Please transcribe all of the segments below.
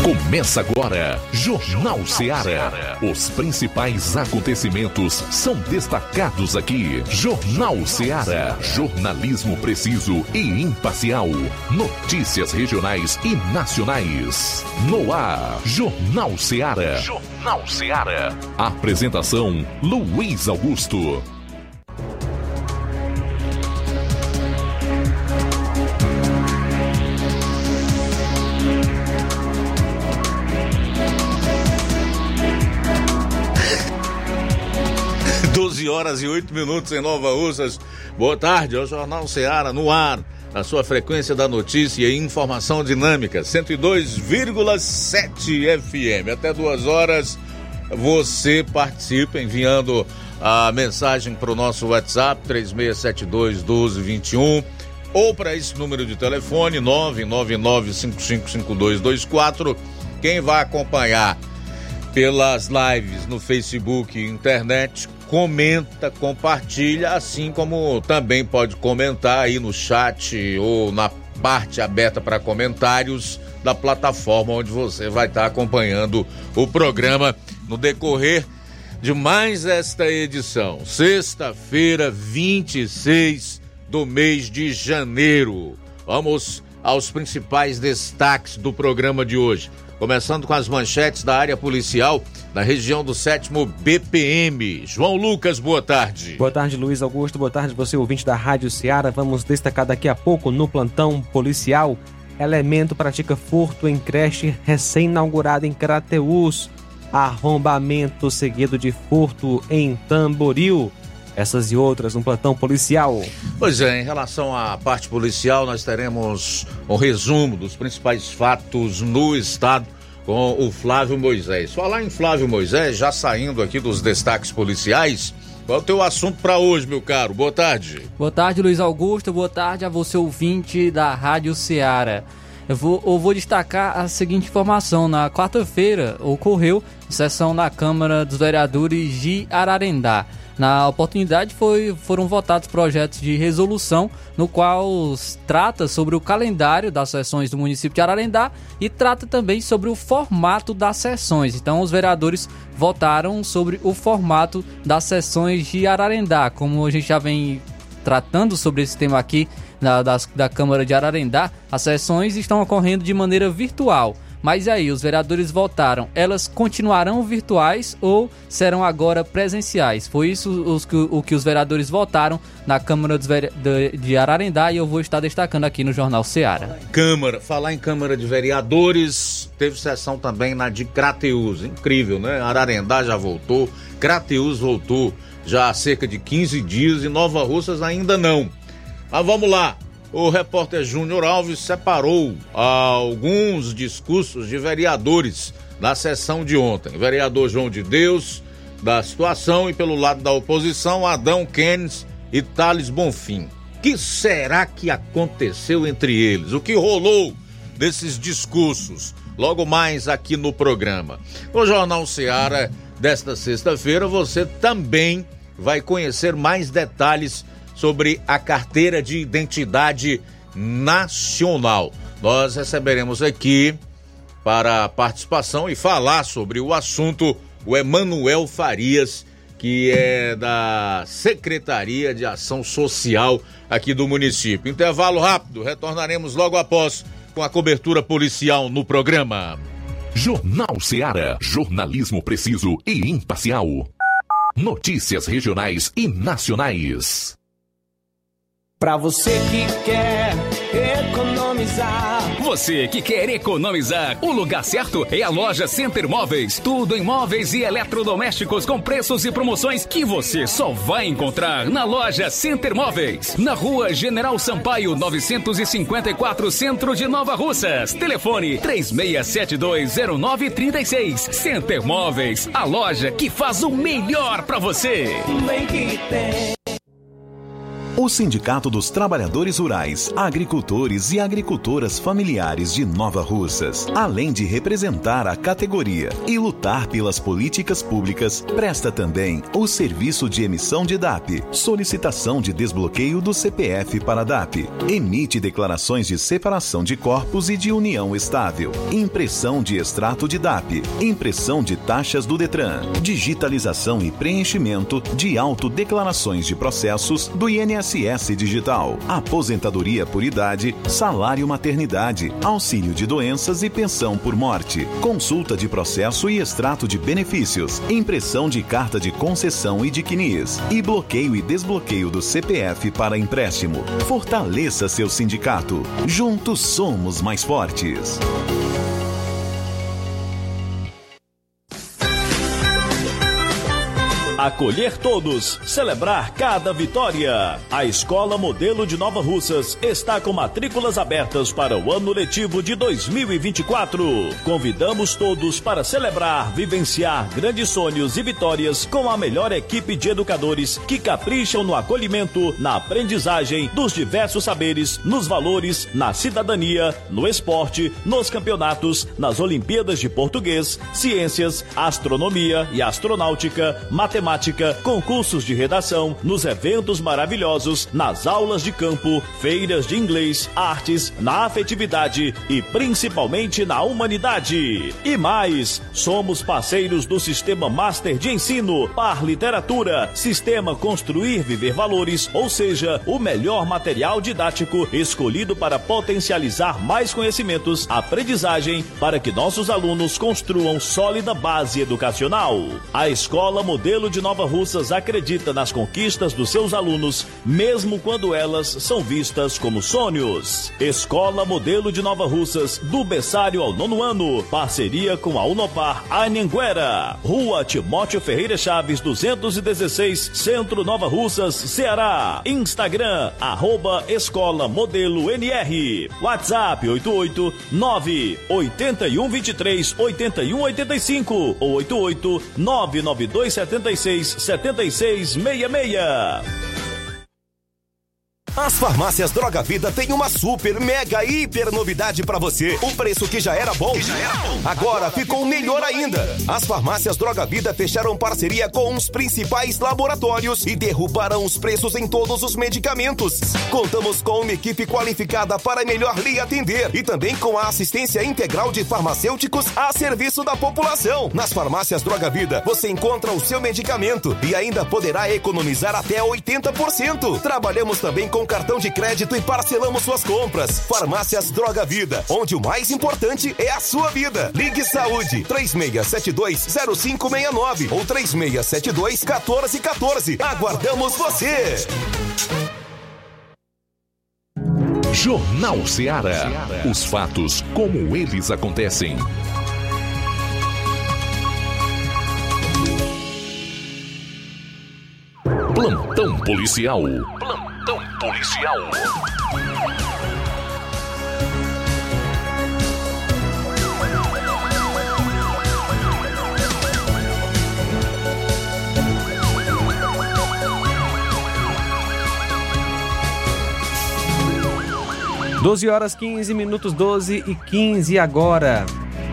Começa agora, Jornal Ceará. Os principais acontecimentos são destacados aqui. Jornal Ceará. Jornalismo preciso e imparcial. Notícias regionais e nacionais. No ar, Jornal Ceará. Jornal Ceará. Apresentação, Luiz Augusto. Horas e 8 minutos em Nova Russas. Boa tarde, é o Jornal Ceará no ar, na sua frequência da notícia e informação dinâmica, 102,7 FM. Até 2 horas você participa enviando a mensagem para o nosso WhatsApp 3672-1221 ou para esse número de telefone 999555224. Quem vai acompanhar pelas lives no Facebook e internet, comenta, compartilha, assim como também pode comentar aí no chat ou na parte aberta para comentários da plataforma onde você vai estar acompanhando o programa no decorrer de mais esta edição. Sexta-feira, 26 do mês de janeiro. Vamos aos principais destaques do programa de hoje. Começando com as manchetes da área policial na região do 7º BPM. João Lucas, boa tarde. Boa tarde, Luiz Augusto. Boa tarde, você ouvinte da Rádio Ceará. Vamos destacar daqui a pouco no plantão policial. Elemento pratica furto em creche recém-inaugurada em Crateús. Arrombamento seguido de furto em Tamboril. Essas e outras no plantão policial. Pois é, em relação à parte policial, nós teremos um resumo dos principais fatos no estado com o Flávio Moisés. Falar em Flávio Moisés, já saindo aqui dos destaques policiais, qual é o teu assunto para hoje, meu caro? Boa tarde. Boa tarde, Luiz Augusto. Boa tarde a você, ouvinte da Rádio Ceará. Eu vou destacar a seguinte informação. Na quarta-feira ocorreu sessão na Câmara dos Vereadores de Ararendá. Na oportunidade foram votados projetos de resolução no qual trata sobre o calendário das sessões do município de Ararendá e trata também sobre o formato das sessões. Então os vereadores votaram sobre o formato das sessões de Ararendá. Como a gente já vem tratando sobre esse tema aqui da Câmara de Ararendá, as sessões estão ocorrendo de maneira virtual. Mas aí, os vereadores votaram, elas continuarão virtuais ou serão agora presenciais? Foi isso o que os vereadores votaram na Câmara de Ararendá e eu vou estar destacando aqui no Jornal Ceará. Falar em Câmara de Vereadores, teve sessão também na de Crateús, incrível, né? Ararendá já voltou, Crateús voltou já há cerca de 15 dias e Nova Russas ainda não. Mas vamos lá. O repórter Júnior Alves separou alguns discursos de vereadores na sessão de ontem. Vereador João de Deus, da situação, e pelo lado da oposição, Adão Keynes e Thales Bonfim. O que será que aconteceu entre eles? O que rolou desses discursos? Logo mais aqui no programa. No Jornal Ceará desta sexta-feira, você também vai conhecer mais detalhes sobre a carteira de identidade nacional. Nós receberemos aqui para participação e falar sobre o assunto o Emanuel Farias, que é da Secretaria de Ação Social aqui do município. Intervalo rápido, retornaremos logo após com a cobertura policial no programa. Jornal Ceará, jornalismo preciso e imparcial. Notícias regionais e nacionais. Pra você que quer economizar. Você que quer economizar, o lugar certo é a loja Center Móveis. Tudo em móveis e eletrodomésticos com preços e promoções que você só vai encontrar na loja Center Móveis. Na rua General Sampaio, 954, centro de Nova Russas. Telefone 36720936. Center Móveis, a loja que faz o melhor pra você. Bem que tem. o Sindicato dos Trabalhadores Rurais, Agricultores e Agricultoras Familiares de Nova Russas, além de representar a categoria e lutar pelas políticas públicas, presta também o serviço de emissão de DAP, solicitação de desbloqueio do CPF para DAP, emite declarações de separação de corpos e de união estável, impressão de extrato de DAP, impressão de taxas do Detran, digitalização e preenchimento de autodeclarações de processos do INSS Digital, aposentadoria por idade, salário maternidade, auxílio de doenças e pensão por morte, consulta de processo e extrato de benefícios, impressão de carta de concessão e de CNIS, e bloqueio e desbloqueio do CPF para empréstimo. Fortaleça seu sindicato. Juntos somos mais fortes. Acolher todos, celebrar cada vitória. A Escola Modelo de Nova Russas está com matrículas abertas para o ano letivo de 2024. Convidamos todos para celebrar, vivenciar grandes sonhos e vitórias com a melhor equipe de educadores que capricham no acolhimento, na aprendizagem dos diversos saberes, nos valores, na cidadania, no esporte, nos campeonatos, nas Olimpíadas de Português, Ciências, Astronomia e Astronáutica, Matemática, concursos de redação, nos eventos maravilhosos, nas aulas de campo, feiras de inglês, artes, na afetividade e principalmente na humanidade. E mais, somos parceiros do Sistema Master de Ensino, Par Literatura, Sistema Construir Viver Valores, ou seja, o melhor material didático escolhido para potencializar mais conhecimentos, aprendizagem, para que nossos alunos construam sólida base educacional. A Escola Modelo de Nova Russas acredita nas conquistas dos seus alunos, mesmo quando elas são vistas como sonhos. Escola Modelo de Nova Russas, do berçário ao 9º ano, parceria com a Unopar Anhanguera, Rua Timóteo Ferreira Chaves 216, Centro Nova Russas, Ceará. Instagram, @Escola Modelo NR. WhatsApp 889-8123-8185 ou 8899276-7666. As farmácias Droga Vida têm uma super, mega, hiper novidade pra você. O preço que já era bom, agora ficou melhor ainda. As farmácias Droga Vida fecharam parceria com os principais laboratórios e derrubaram os preços em todos os medicamentos. Contamos com uma equipe qualificada para melhor lhe atender e também com a assistência integral de farmacêuticos a serviço da população. Nas farmácias Droga Vida, você encontra o seu medicamento e ainda poderá economizar até 80%. Trabalhamos também com cartão de crédito e parcelamos suas compras. Farmácias Droga Vida, onde o mais importante é a sua vida. Ligue Saúde 3672-0569 ou 3672-1414. Aguardamos você! Jornal Ceará. Os fatos como eles acontecem. Plantão policial. Plantão policial. Doze horas 15 minutos, 12h15 agora.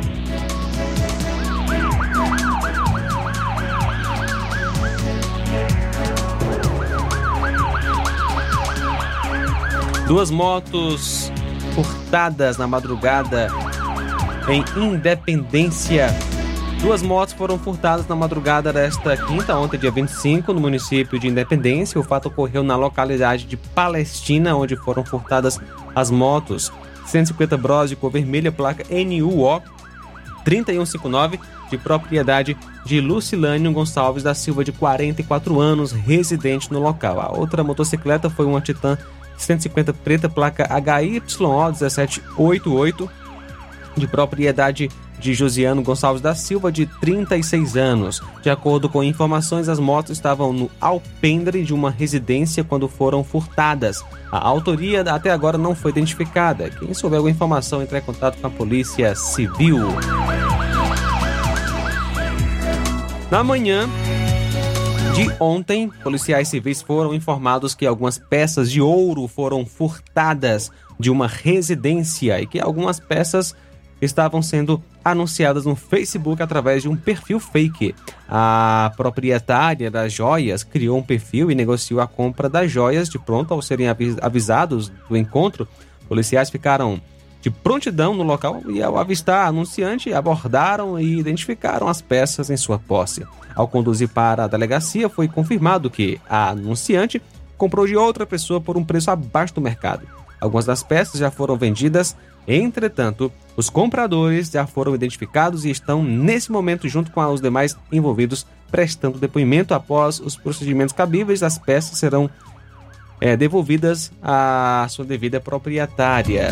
Duas motos furtadas na madrugada em Independência. Duas motos foram furtadas na madrugada desta quinta, ontem, dia 25, no município de Independência. O fato ocorreu na localidade de Palestina, onde foram furtadas as motos 150 Bros de cor vermelha, placa NUO 3159, de propriedade de Lucilânio Gonçalves da Silva, de 44 anos, residente no local. A outra motocicleta foi uma Titan 150 preta, placa HYO 1788, de propriedade de Josiano Gonçalves da Silva, de 36 anos. De acordo com informações, as motos estavam no alpendre de uma residência quando foram furtadas. A autoria até agora não foi identificada. Quem souber alguma informação, entre em contato com a Polícia Civil. Na manhã De ontem, policiais civis foram informados que algumas peças de ouro foram furtadas de uma residência e que algumas peças estavam sendo anunciadas no Facebook através de um perfil fake. A proprietária das joias criou um perfil e negociou a compra das joias. De pronto, ao serem avisados do encontro, policiais ficaram de prontidão no local e, ao avistar a anunciante, abordaram e identificaram as peças em sua posse. Ao conduzir para a delegacia, foi confirmado que a anunciante comprou de outra pessoa por um preço abaixo do mercado. Algumas das peças já foram vendidas, entretanto, os compradores já foram identificados e estão, nesse momento, junto com os demais envolvidos, prestando depoimento. Após os procedimentos cabíveis, as peças serão devolvidas à sua devida proprietária.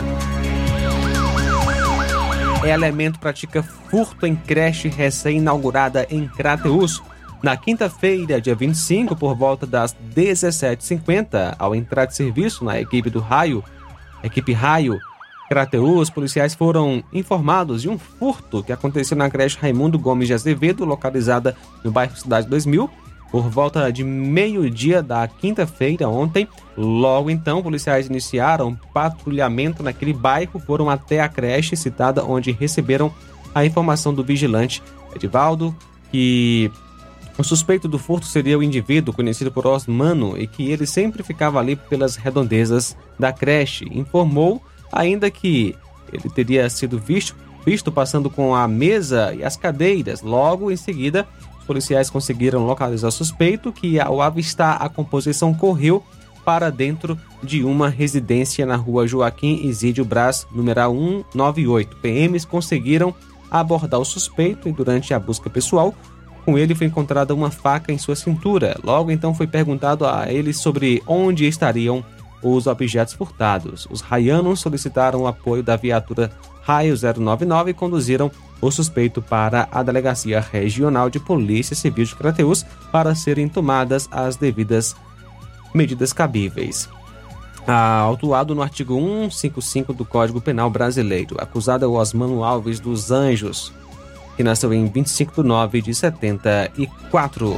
Elemento pratica furto em creche recém-inaugurada em Crateús. Na quinta-feira, dia 25, por volta das 17h50, ao entrar de serviço na equipe Raio Crateús, policiais foram informados de um furto que aconteceu na creche Raimundo Gomes de Azevedo, localizada no bairro Cidade 2000, por volta de meio-dia da quinta-feira ontem. Logo então, policiais iniciaram patrulhamento naquele bairro, foram até a creche citada, onde receberam a informação do vigilante Edivaldo que o suspeito do furto seria o indivíduo conhecido por Osmano e que ele sempre ficava ali pelas redondezas da creche. Informou ainda que ele teria sido visto passando com a mesa e as cadeiras. Logo em seguida, os policiais conseguiram localizar o suspeito, que ao avistar a composição correu para dentro de uma residência na rua Joaquim Isídio Brás, numeral 198. PMs conseguiram abordar o suspeito e, durante a busca pessoal, com ele foi encontrada uma faca em sua cintura. Logo então foi perguntado a ele sobre onde estariam os objetos furtados. Os raianos solicitaram o apoio da viatura Raio 099 e conduziram o suspeito para a Delegacia Regional de Polícia Civil de Crateús para serem tomadas as devidas medidas cabíveis. Autuado no artigo 155 do Código Penal Brasileiro, acusado é o Osmano Alves dos Anjos, que nasceu em 25 de nove de 74.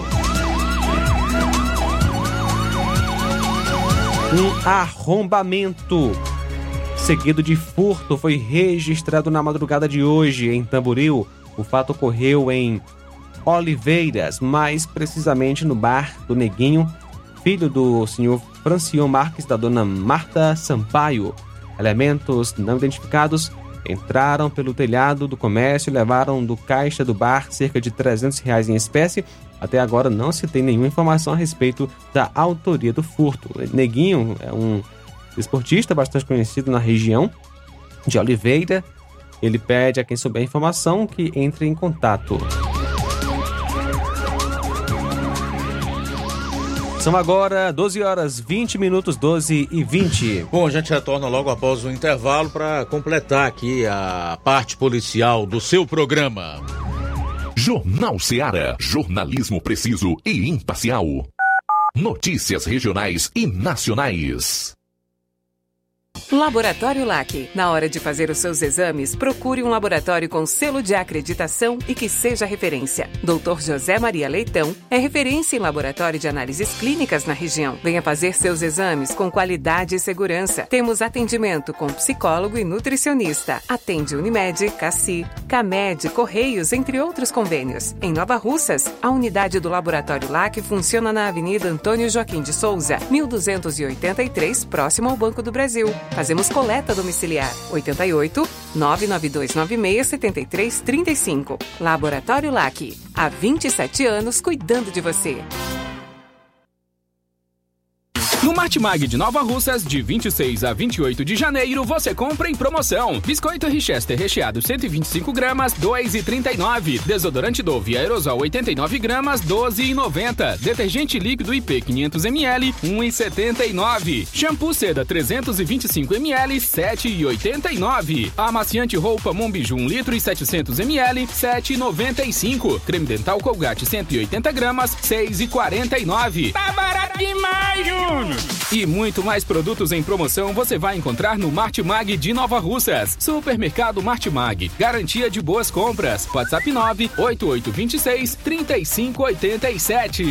Um arrombamento seguido de furto foi registrado na madrugada de hoje em Tamboril. O fato ocorreu em Oliveiras, mais precisamente no bar do Neguinho, filho do senhor Francion Marques, da dona Marta Sampaio. Elementos não identificados entraram pelo telhado do comércio e levaram do caixa do bar cerca de R$300 em espécie. Até agora não se tem nenhuma informação a respeito da autoria do furto. Neguinho é um esportista bastante conhecido na região de Oliveira. Ele pede a quem souber a informação que entre em contato. São agora 12 horas 20 minutos, 12h20. Bom, a gente retorna logo após o intervalo para completar aqui a parte policial do seu programa. Jornal Ceará, jornalismo preciso e imparcial. Notícias regionais e nacionais. Laboratório LAC. Na hora de fazer os seus exames, procure um laboratório com selo de acreditação e que seja referência. Dr. José Maria Leitão é referência em laboratório de análises clínicas na região. Venha fazer seus exames com qualidade e segurança. Temos atendimento com psicólogo e nutricionista. Atende Unimed, Cassi, Camed, Correios, entre outros convênios. Em Nova Russas, a unidade do Laboratório LAC funciona na Avenida Antônio Joaquim de Souza, 1283, próximo ao Banco do Brasil. Fazemos coleta domiciliar. 88 99296 7335. Laboratório LAC. Há 27 anos cuidando de você. No Martimag de Nova Russas, de 26 a 28 de janeiro, você compra em promoção. Biscoito Richester recheado 125 gramas, R$ 2,39. Desodorante Dove aerosol 89 gramas, R$ 12,90. Detergente líquido IP 500 ml, R$ 1,79. Shampoo Seda 325 ml, R$ 7,89. Amaciante roupa Monbiju 1 litro e 700 ml, R$ 7,95. Creme dental Colgate 180 gramas, R$ 6,49. Tá barato! demais, Júnior! E muito mais produtos em promoção você vai encontrar no Martimag de Nova Russas. Supermercado Martimag. Garantia de boas compras. WhatsApp 98826-3587.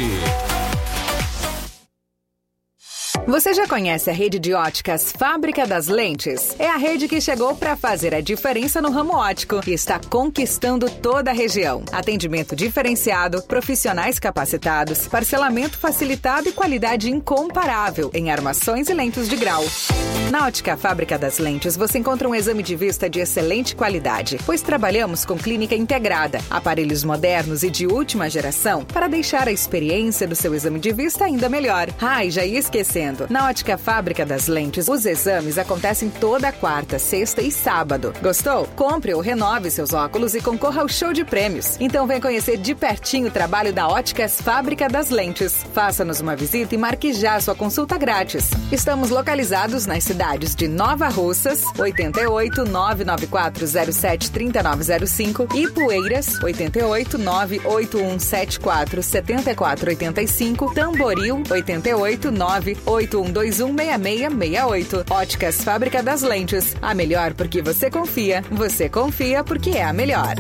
Você já conhece a rede de óticas Fábrica das Lentes? É a rede que chegou para fazer a diferença no ramo óptico e está conquistando toda a região. Atendimento diferenciado, profissionais capacitados, parcelamento facilitado e qualidade incomparável em armações e lentes de grau. Na Ótica Fábrica das Lentes, você encontra um exame de vista de excelente qualidade, pois trabalhamos com clínica integrada, aparelhos modernos e de última geração para deixar a experiência do seu exame de vista ainda melhor. E já ia esquecendo. Na Ótica Fábrica das Lentes, os exames acontecem toda quarta, sexta e sábado. Gostou? Compre ou renove seus óculos e concorra ao show de prêmios. Então vem conhecer de pertinho o trabalho da Óticas Fábrica das Lentes. Faça-nos uma visita e marque já sua consulta grátis. Estamos localizados nas cidades de Nova Russas, 88 99407 3905 e Poeiras, 88 98174 7485, Tamboril, 88 98121 6668. Óticas Fábrica das Lentes. A melhor porque você confia porque é a melhor.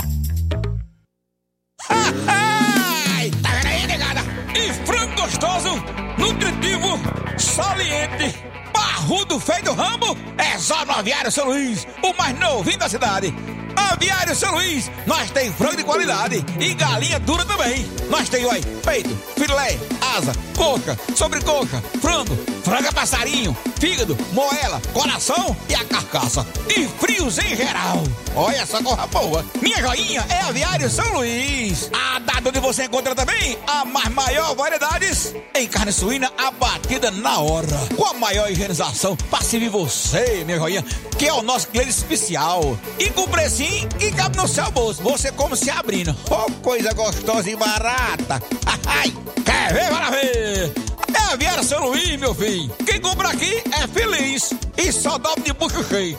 Tá vendo aí, negada? E frango gostoso, nutritivo, saliente, barrudo, feio do ramo, é só no Aviário São Luís, o mais novinho da cidade. Aviário São Luís, nós tem frango de qualidade e galinha dura também. Nós tem, olha, peito, filé, asa, coxa, sobrecoxa, frango, franga passarinho, fígado, moela, coração e a carcaça. E frios em geral. Olha essa corra boa. Minha joinha é Aviário São Luís. A data onde você encontra também a maior variedades em carne suína abatida na hora. Com a maior higienização para servir você, minha joinha, que é o nosso cliente especial. E com precinho e cabe no seu bolso. Você como se abrindo. Oh, coisa gostosa e barata. Quer ver? Para ver. É Aviário São Luís, meu filho. Quem compra aqui é feliz. E só dobra de bucho cheio.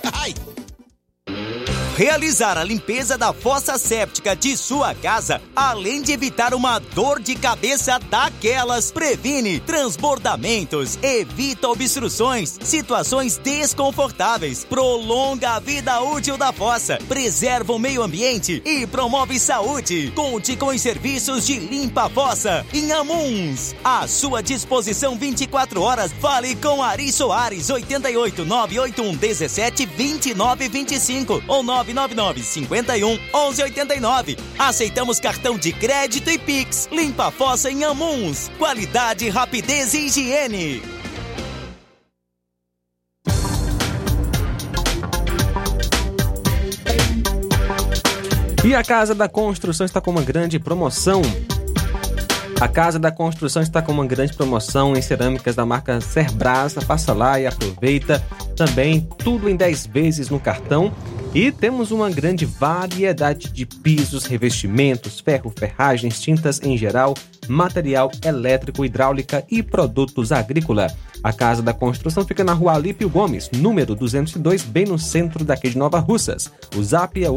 Realizar a limpeza da fossa séptica de sua casa, além de evitar uma dor de cabeça daquelas, previne transbordamentos, evita obstruções, situações desconfortáveis, prolonga a vida útil da fossa, preserva o meio ambiente e promove saúde. Conte com os serviços de limpa-fossa em Amuns. À sua disposição 24 horas. Fale com Ari Soares, 88 981 17 29 25 ou 999 51 11 89. Aceitamos cartão de crédito e Pix. Limpa a fossa em Amuns. Qualidade, rapidez e higiene. E a Casa da Construção está com uma grande promoção. A Casa da Construção está com uma grande promoção em cerâmicas da marca Serbrasa. Passa lá e aproveita. Também tudo em 10 vezes no cartão. E temos uma grande variedade de pisos, revestimentos, ferro, ferragens, tintas em geral, material elétrico, hidráulica e produtos agrícola. A Casa da Construção fica na rua Alípio Gomes, número 202, bem no centro daqui de Nova Russas. O zap é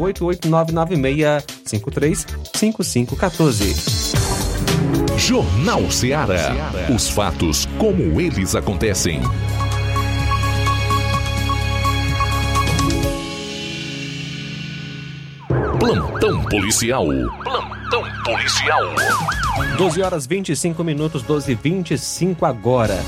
88996535514. Jornal Ceará. Os fatos como eles acontecem. Plantão policial. Plantão policial. 12 horas 25 minutos, 12h25 agora.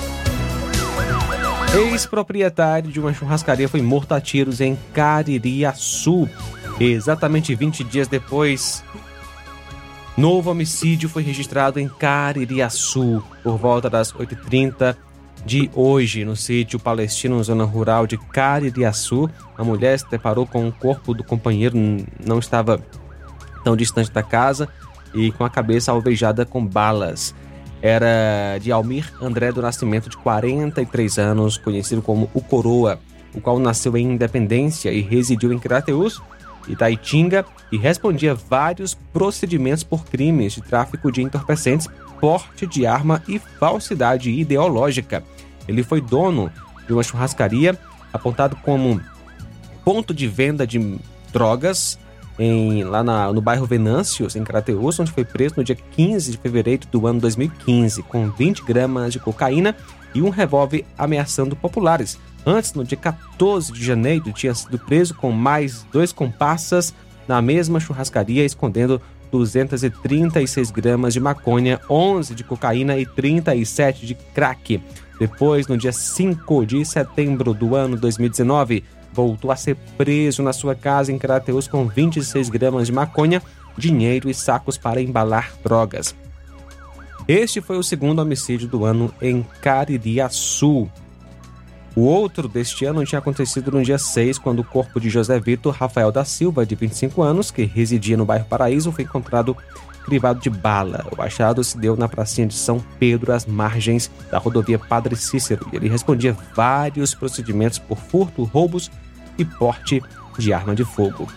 Ex-proprietário de uma churrascaria foi morto a tiros em Caririaçu. Exatamente 20 dias depois, novo homicídio foi registrado em Caririaçu, por volta das 8h30 de hoje, no sítio Palestino, zona rural de Caririaçu. A mulher se deparou com o corpo do companheiro, não estava tão distante da casa, e com a cabeça alvejada com balas. Era de Almir André do Nascimento, de 43 anos, conhecido como o Coroa, o qual nasceu em Independência e residiu em Crateús, Itaitinga, e respondia vários procedimentos por crimes de tráfico de entorpecentes, porte de arma e falsidade ideológica. Ele foi dono de uma churrascaria, apontado como ponto de venda de drogas, lá no bairro Venâncios, em Crateús, onde foi preso no dia 15 de fevereiro do ano 2015, com 20 gramas de cocaína e um revólver ameaçando populares. Antes, no dia 14 de janeiro, tinha sido preso com mais 2 comparsas na mesma churrascaria, escondendo 236 gramas de maconha, 11 de cocaína e 37 de crack. Depois, no dia 5 de setembro do ano 2019, voltou a ser preso na sua casa em Crateús com 26 gramas de maconha, dinheiro e sacos para embalar drogas. Este foi o segundo homicídio do ano em Caririaçu. O outro deste ano tinha acontecido no dia 6, quando o corpo de José Vitor Rafael da Silva, de 25 anos, que residia no bairro Paraíso, foi encontrado crivado de bala. O achado se deu na pracinha de São Pedro, às margens da rodovia Padre Cícero, e ele respondia vários procedimentos por furto, roubos e porte de arma de fogo.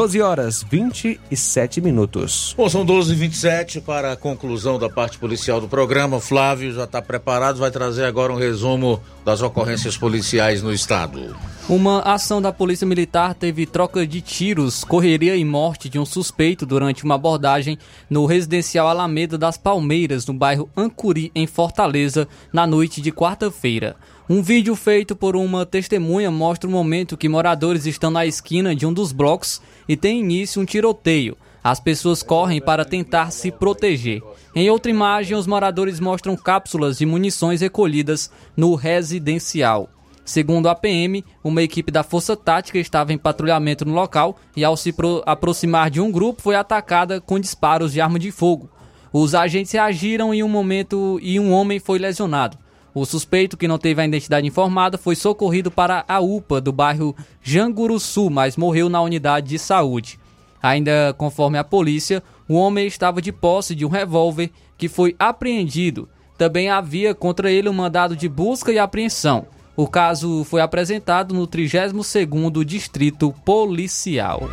12h27. Bom, são 12h27 para a conclusão da parte policial do programa. Flávio já está preparado, vai trazer agora um resumo das ocorrências policiais no estado. Uma ação da Polícia Militar teve troca de tiros, correria e morte de um suspeito durante uma abordagem no residencial Alameda das Palmeiras, no bairro Ancuri, em Fortaleza, na noite de quarta-feira. Um vídeo feito por uma testemunha mostra o momento que moradores estão na esquina de um dos blocos e tem início um tiroteio. As pessoas correm para tentar se proteger. Em outra imagem, os moradores mostram cápsulas de munições recolhidas no residencial. Segundo a PM, uma equipe da Força Tática estava em patrulhamento no local e, ao se aproximar de um grupo, foi atacada com disparos de arma de fogo. Os agentes reagiram em um momento e um homem foi lesionado. O suspeito, que não teve a identidade informada, foi socorrido para a UPA do bairro Janguruçu, mas morreu na unidade de saúde. Ainda conforme a polícia, o homem estava de posse de um revólver que foi apreendido. Também havia contra ele um mandado de busca e apreensão. O caso foi apresentado no 32º Distrito Policial.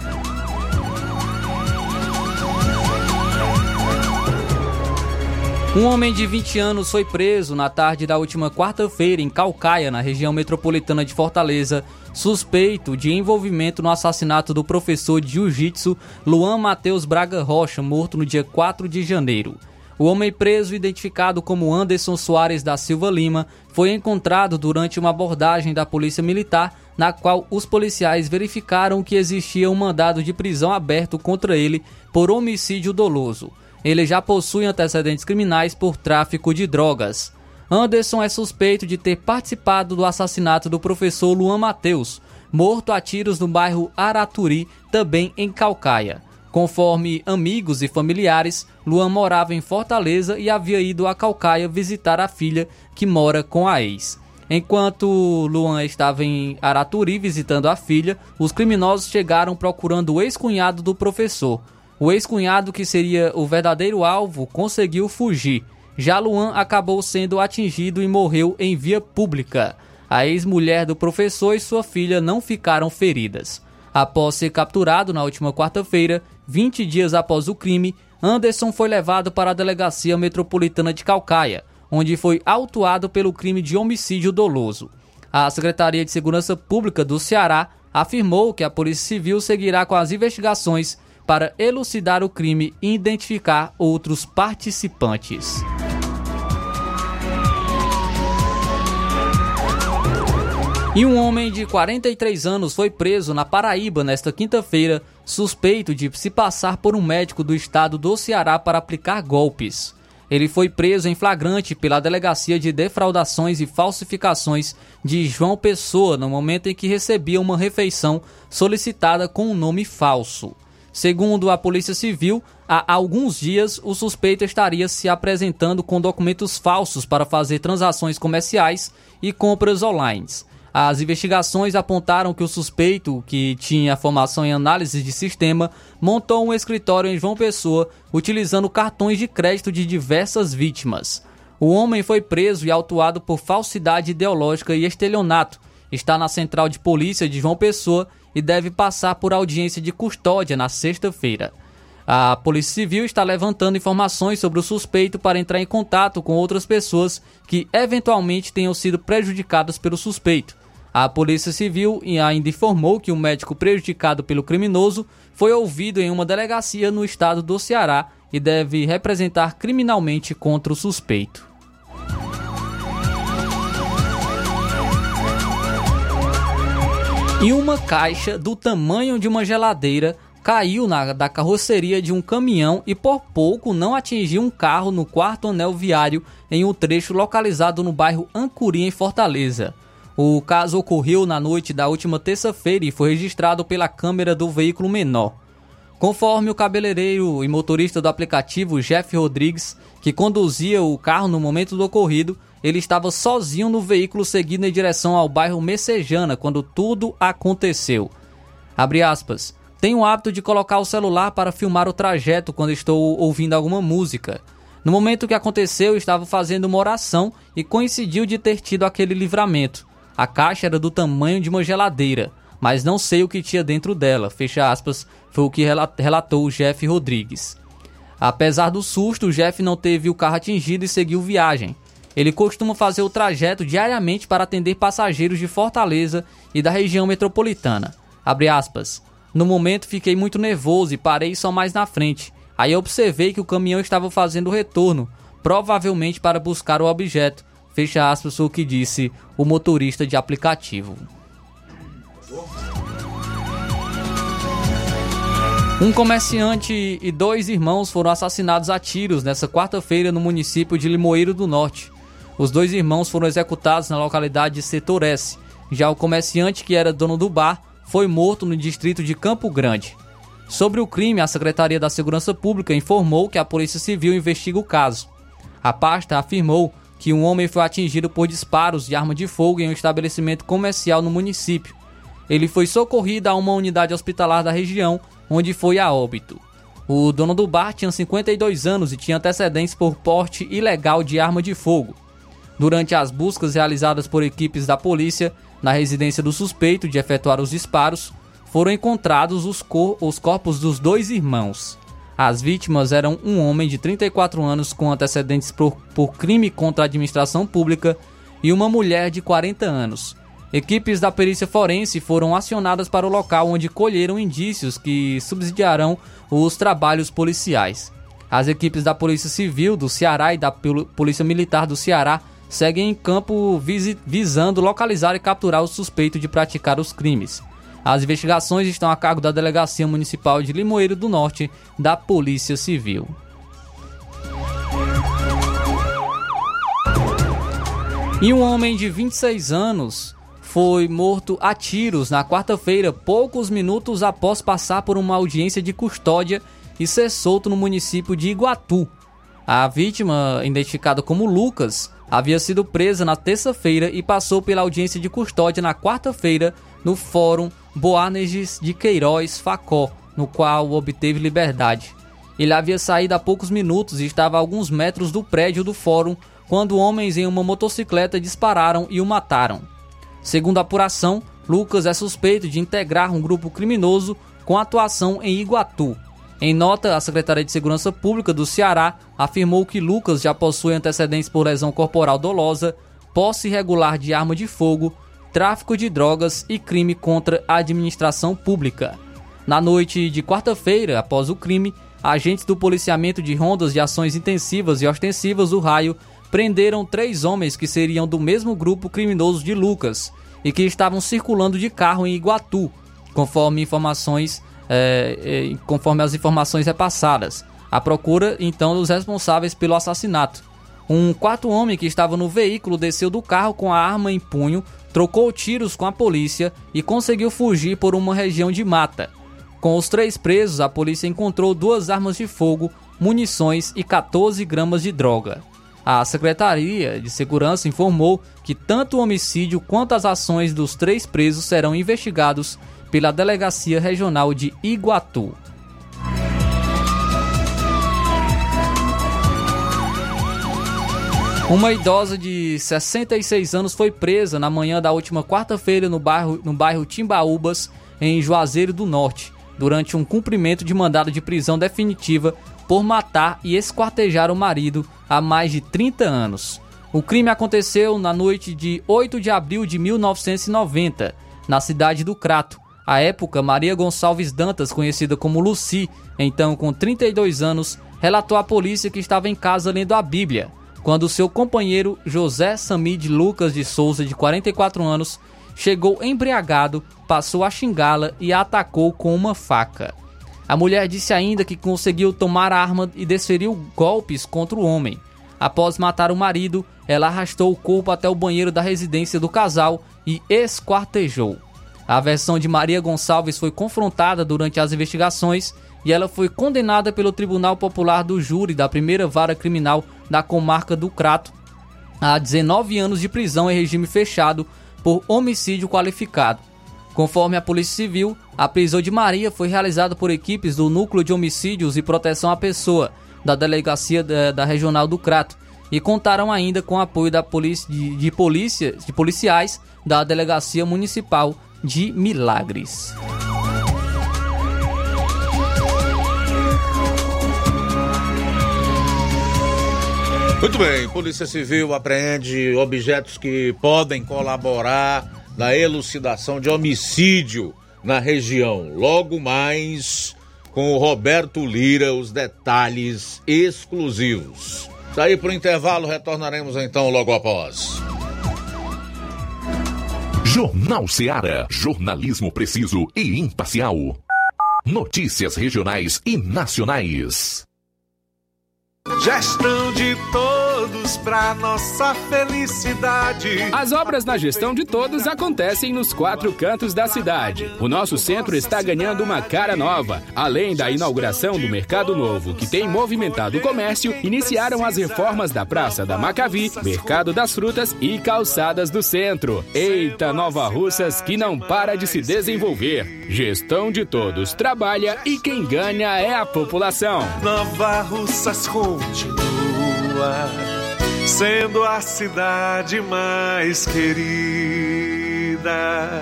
Um homem de 20 anos foi preso na tarde da última quarta-feira em Caucaia, na região metropolitana de Fortaleza, suspeito de envolvimento no assassinato do professor de jiu-jitsu Luan Matheus Braga Rocha, morto no dia 4 de janeiro. O homem preso, identificado como Anderson Soares da Silva Lima, foi encontrado durante uma abordagem da Polícia Militar, na qual os policiais verificaram que existia um mandado de prisão aberto contra ele por homicídio doloso. Ele já possui antecedentes criminais por tráfico de drogas. Anderson é suspeito de ter participado do assassinato do professor Luan Matheus, morto a tiros no bairro Araturi, também em Caucaia. Conforme amigos e familiares, Luan morava em Fortaleza e havia ido a Caucaia visitar a filha, que mora com a ex. Enquanto Luan estava em Araturi visitando a filha, os criminosos chegaram procurando o ex-cunhado do professor. O ex-cunhado, que seria o verdadeiro alvo, conseguiu fugir. Já Luan acabou sendo atingido e morreu em via pública. A ex-mulher do professor e sua filha não ficaram feridas. Após ser capturado na última quarta-feira, 20 dias após o crime, Anderson foi levado para a Delegacia Metropolitana de Caucaia, onde foi autuado pelo crime de homicídio doloso. A Secretaria de Segurança Pública do Ceará afirmou que a Polícia Civil seguirá com as investigações para elucidar o crime e identificar outros participantes. E um homem de 43 anos foi preso na Paraíba nesta quinta-feira, suspeito de se passar por um médico do estado do Ceará para aplicar golpes. Ele foi preso em flagrante pela Delegacia de Defraudações e Falsificações de João Pessoa no momento em que recebia uma refeição solicitada com um nome falso. Segundo a Polícia Civil, há alguns dias o suspeito estaria se apresentando com documentos falsos para fazer transações comerciais e compras online. As investigações apontaram que o suspeito, que tinha formação em análise de sistema, montou um escritório em João Pessoa utilizando cartões de crédito de diversas vítimas. O homem foi preso e autuado por falsidade ideológica e estelionato. Está na Central de Polícia de João Pessoa e deve passar por audiência de custódia na sexta-feira. A Polícia Civil está levantando informações sobre o suspeito para entrar em contato com outras pessoas que eventualmente tenham sido prejudicadas pelo suspeito. A Polícia Civil ainda informou que o médico prejudicado pelo criminoso foi ouvido em uma delegacia no estado do Ceará e deve representar criminalmente contra o suspeito. E uma caixa do tamanho de uma geladeira caiu da carroceria de um caminhão e por pouco não atingiu um carro no 4º anel viário em um trecho localizado no bairro Ancuri, em Fortaleza. O caso ocorreu na noite da última terça-feira e foi registrado pela câmera do veículo menor. Conforme o cabeleireiro e motorista do aplicativo Jeff Rodrigues, que conduzia o carro no momento do ocorrido, ele estava sozinho no veículo seguindo em direção ao bairro Messejana quando tudo aconteceu. Abre aspas. Tenho o hábito de colocar o celular para filmar o trajeto quando estou ouvindo alguma música. No momento que aconteceu, eu estava fazendo uma oração e coincidiu de ter tido aquele livramento. A caixa era do tamanho de uma geladeira, mas não sei o que tinha dentro dela, fecha aspas, foi o que relatou o Jeff Rodrigues. Apesar do susto, o Jeff não teve o carro atingido e seguiu viagem. Ele costuma fazer o trajeto diariamente para atender passageiros de Fortaleza e da região metropolitana. Abre aspas. No momento fiquei muito nervoso e parei só mais na frente. Aí observei que o caminhão estava fazendo o retorno, provavelmente para buscar o objeto. Fecha aspas, foi o que disse o motorista de aplicativo. Um comerciante e 2 irmãos foram assassinados a tiros nesta quarta-feira no município de Limoeiro do Norte. Os 2 irmãos foram executados na localidade de Setor S. Já o comerciante, que era dono do bar, foi morto no distrito de Campo Grande. Sobre o crime, a Secretaria da Segurança Pública informou que a Polícia Civil investiga o caso. A pasta afirmou que um homem foi atingido por disparos de arma de fogo em um estabelecimento comercial no município. Ele foi socorrido a uma unidade hospitalar da região, onde foi a óbito. O dono do bar tinha 52 anos e tinha antecedentes por porte ilegal de arma de fogo. Durante as buscas realizadas por equipes da polícia na residência do suspeito de efetuar os disparos, foram encontrados os corpos dos 2 irmãos. As vítimas eram um homem de 34 anos com antecedentes por crime contra a administração pública e uma mulher de 40 anos. Equipes da perícia forense foram acionadas para o local, onde colheram indícios que subsidiarão os trabalhos policiais. As equipes da Polícia Civil do Ceará e da Polícia Militar do Ceará seguem em campo visando localizar e capturar o suspeito de praticar os crimes. As investigações estão a cargo da Delegacia Municipal de Limoeiro do Norte, da Polícia Civil. E um homem de 26 anos foi morto a tiros na quarta-feira, poucos minutos após passar por uma audiência de custódia e ser solto no município de Iguatu. A vítima, identificada como Lucas, havia sido presa na terça-feira e passou pela audiência de custódia na quarta-feira no Fórum Boanerges de Queiroz Facó, no qual obteve liberdade. Ele havia saído há poucos minutos e estava a alguns metros do prédio do fórum quando homens em uma motocicleta dispararam e o mataram. Segundo a apuração, Lucas é suspeito de integrar um grupo criminoso com atuação em Iguatu. Em nota, a Secretaria de Segurança Pública do Ceará afirmou que Lucas já possui antecedentes por lesão corporal dolosa, posse irregular de arma de fogo, tráfico de drogas e crime contra a administração pública. Na noite de quarta-feira, após o crime, agentes do policiamento de rondas de ações intensivas e ostensivas do Raio prenderam 3 homens que seriam do mesmo grupo criminoso de Lucas e que estavam circulando de carro em Iguatu, conforme as informações repassadas. A procura, então, dos responsáveis pelo assassinato. Um quarto homem que estava no veículo desceu do carro com a arma em punho, trocou tiros com a polícia e conseguiu fugir por uma região de mata. Com os 3 presos, a polícia encontrou 2 armas de fogo, munições e 14 gramas de droga. A Secretaria de Segurança informou que tanto o homicídio quanto as ações dos 3 presos serão investigados pela Delegacia Regional de Iguatu. Uma idosa de 66 anos foi presa na manhã da última quarta-feira no bairro Timbaúbas, em Juazeiro do Norte, durante um cumprimento de mandado de prisão definitiva por matar e esquartejar o marido há mais de 30 anos. O crime aconteceu na noite de 8 de abril de 1990, na cidade do Crato. À época, Maria Gonçalves Dantas, conhecida como Lucy, então com 32 anos, relatou à polícia que estava em casa lendo a Bíblia, quando seu companheiro José Samid Lucas de Souza, de 44 anos, chegou embriagado, passou a xingá-la e a atacou com uma faca. A mulher disse ainda que conseguiu tomar a arma e desferiu golpes contra o homem. Após matar o marido, ela arrastou o corpo até o banheiro da residência do casal e esquartejou. A versão de Maria Gonçalves foi confrontada durante as investigações e ela foi condenada pelo Tribunal Popular do Júri da Primeira Vara Criminal da Comarca do Crato a 19 anos de prisão em regime fechado por homicídio qualificado. Conforme a Polícia Civil, a prisão de Maria foi realizada por equipes do Núcleo de Homicídios e Proteção à Pessoa da Delegacia da Regional do Crato e contaram ainda com o apoio da de policiais da Delegacia Municipal de Milagres. Muito bem, Polícia Civil apreende objetos que podem colaborar na elucidação de homicídio na região. Logo mais, com o Roberto Lira, os detalhes exclusivos. Daí para o intervalo, retornaremos então logo após. Jornal Ceará, jornalismo preciso e imparcial. Notícias regionais e nacionais. Gestão de todos para nossa felicidade. As obras na gestão de todos acontecem nos 4 cantos da cidade. O nosso centro está ganhando uma cara nova. Além da inauguração do Mercado Novo, que tem movimentado o comércio, iniciaram as reformas da Praça da Macavi, Mercado das Frutas e Calçadas do Centro. Eita, Nova Russas, que não para de se desenvolver. Gestão de todos trabalha e quem ganha é a população. Nova Russas continua sendo a cidade mais querida.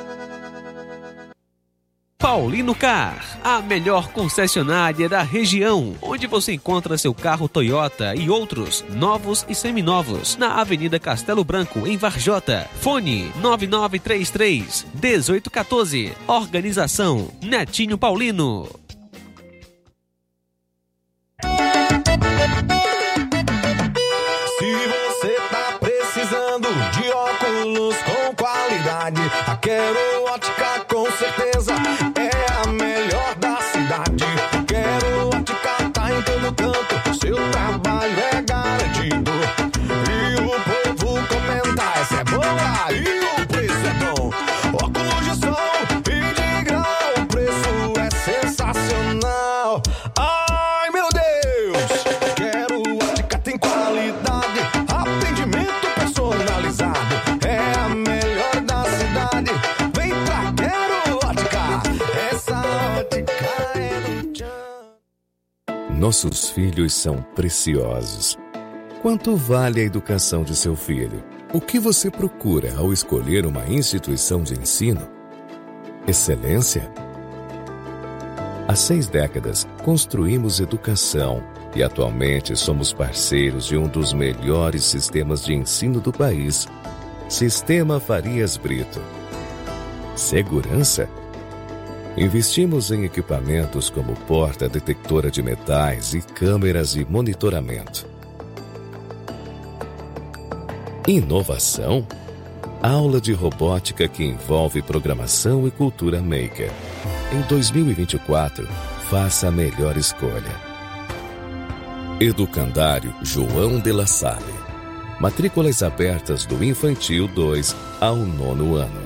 Paulino Car, a melhor concessionária da região, onde você encontra seu carro Toyota e outros, novos e seminovos, na Avenida Castelo Branco, em Varjota. Fone 9933-1814. Organização Netinho Paulino. Se você tá precisando de óculos com qualidade, a Quero Ótica com certeza é a melhor da cidade. Quero Ótica tá em todo canto, seu trabalho é garantido. E o povo comenta, essa é boa e o preço é bom. Óculos de sol e de grau, o preço é sensacional. Ai meu Deus, Quero Ótica tem qualidade, atendimento personalizado, é a melhor da cidade. Vem pra Quero Ótica, essa ótica é do tchan. Nossos filhos são preciosos. Quanto vale a educação de seu filho? O que você procura ao escolher uma instituição de ensino? Excelência? Há 6 décadas, construímos educação e atualmente somos parceiros de um dos melhores sistemas de ensino do país, Sistema Farias Brito. Segurança? Investimos em equipamentos como porta detectora de metais e câmeras de monitoramento. Inovação? Aula de robótica que envolve programação e cultura maker. Em 2024, faça a melhor escolha. Educandário João de La Salle. Matrículas abertas do Infantil 2 ao 9º ano.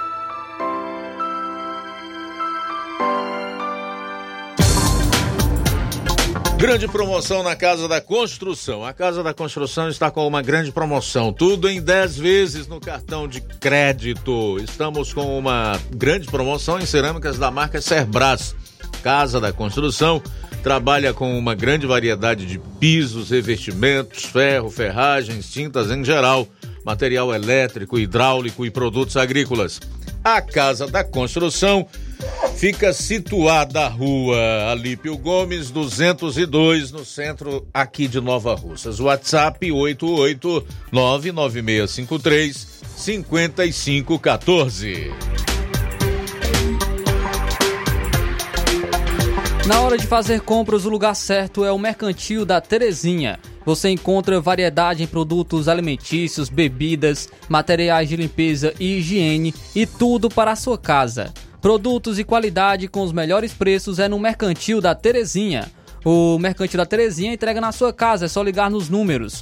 Grande promoção na Casa da Construção. A Casa da Construção está com uma grande promoção. Tudo em 10 vezes no cartão de crédito. Estamos com uma grande promoção em cerâmicas da marca Cerbras. Casa da Construção trabalha com uma grande variedade de pisos, revestimentos, ferro, ferragens, tintas em geral, material elétrico, hidráulico e produtos agrícolas. A Casa da Construção Fica situada a rua Alípio Gomes, 202, no centro aqui de Nova Russas. WhatsApp 88996535514. Na hora de fazer compras, o lugar certo é o Mercantil da Terezinha. Você encontra variedade em produtos alimentícios, bebidas, materiais de limpeza e higiene e tudo para a sua casa. Produtos e qualidade com os melhores preços é no Mercantil da Terezinha. O Mercantil da Terezinha entrega na sua casa, é só ligar nos números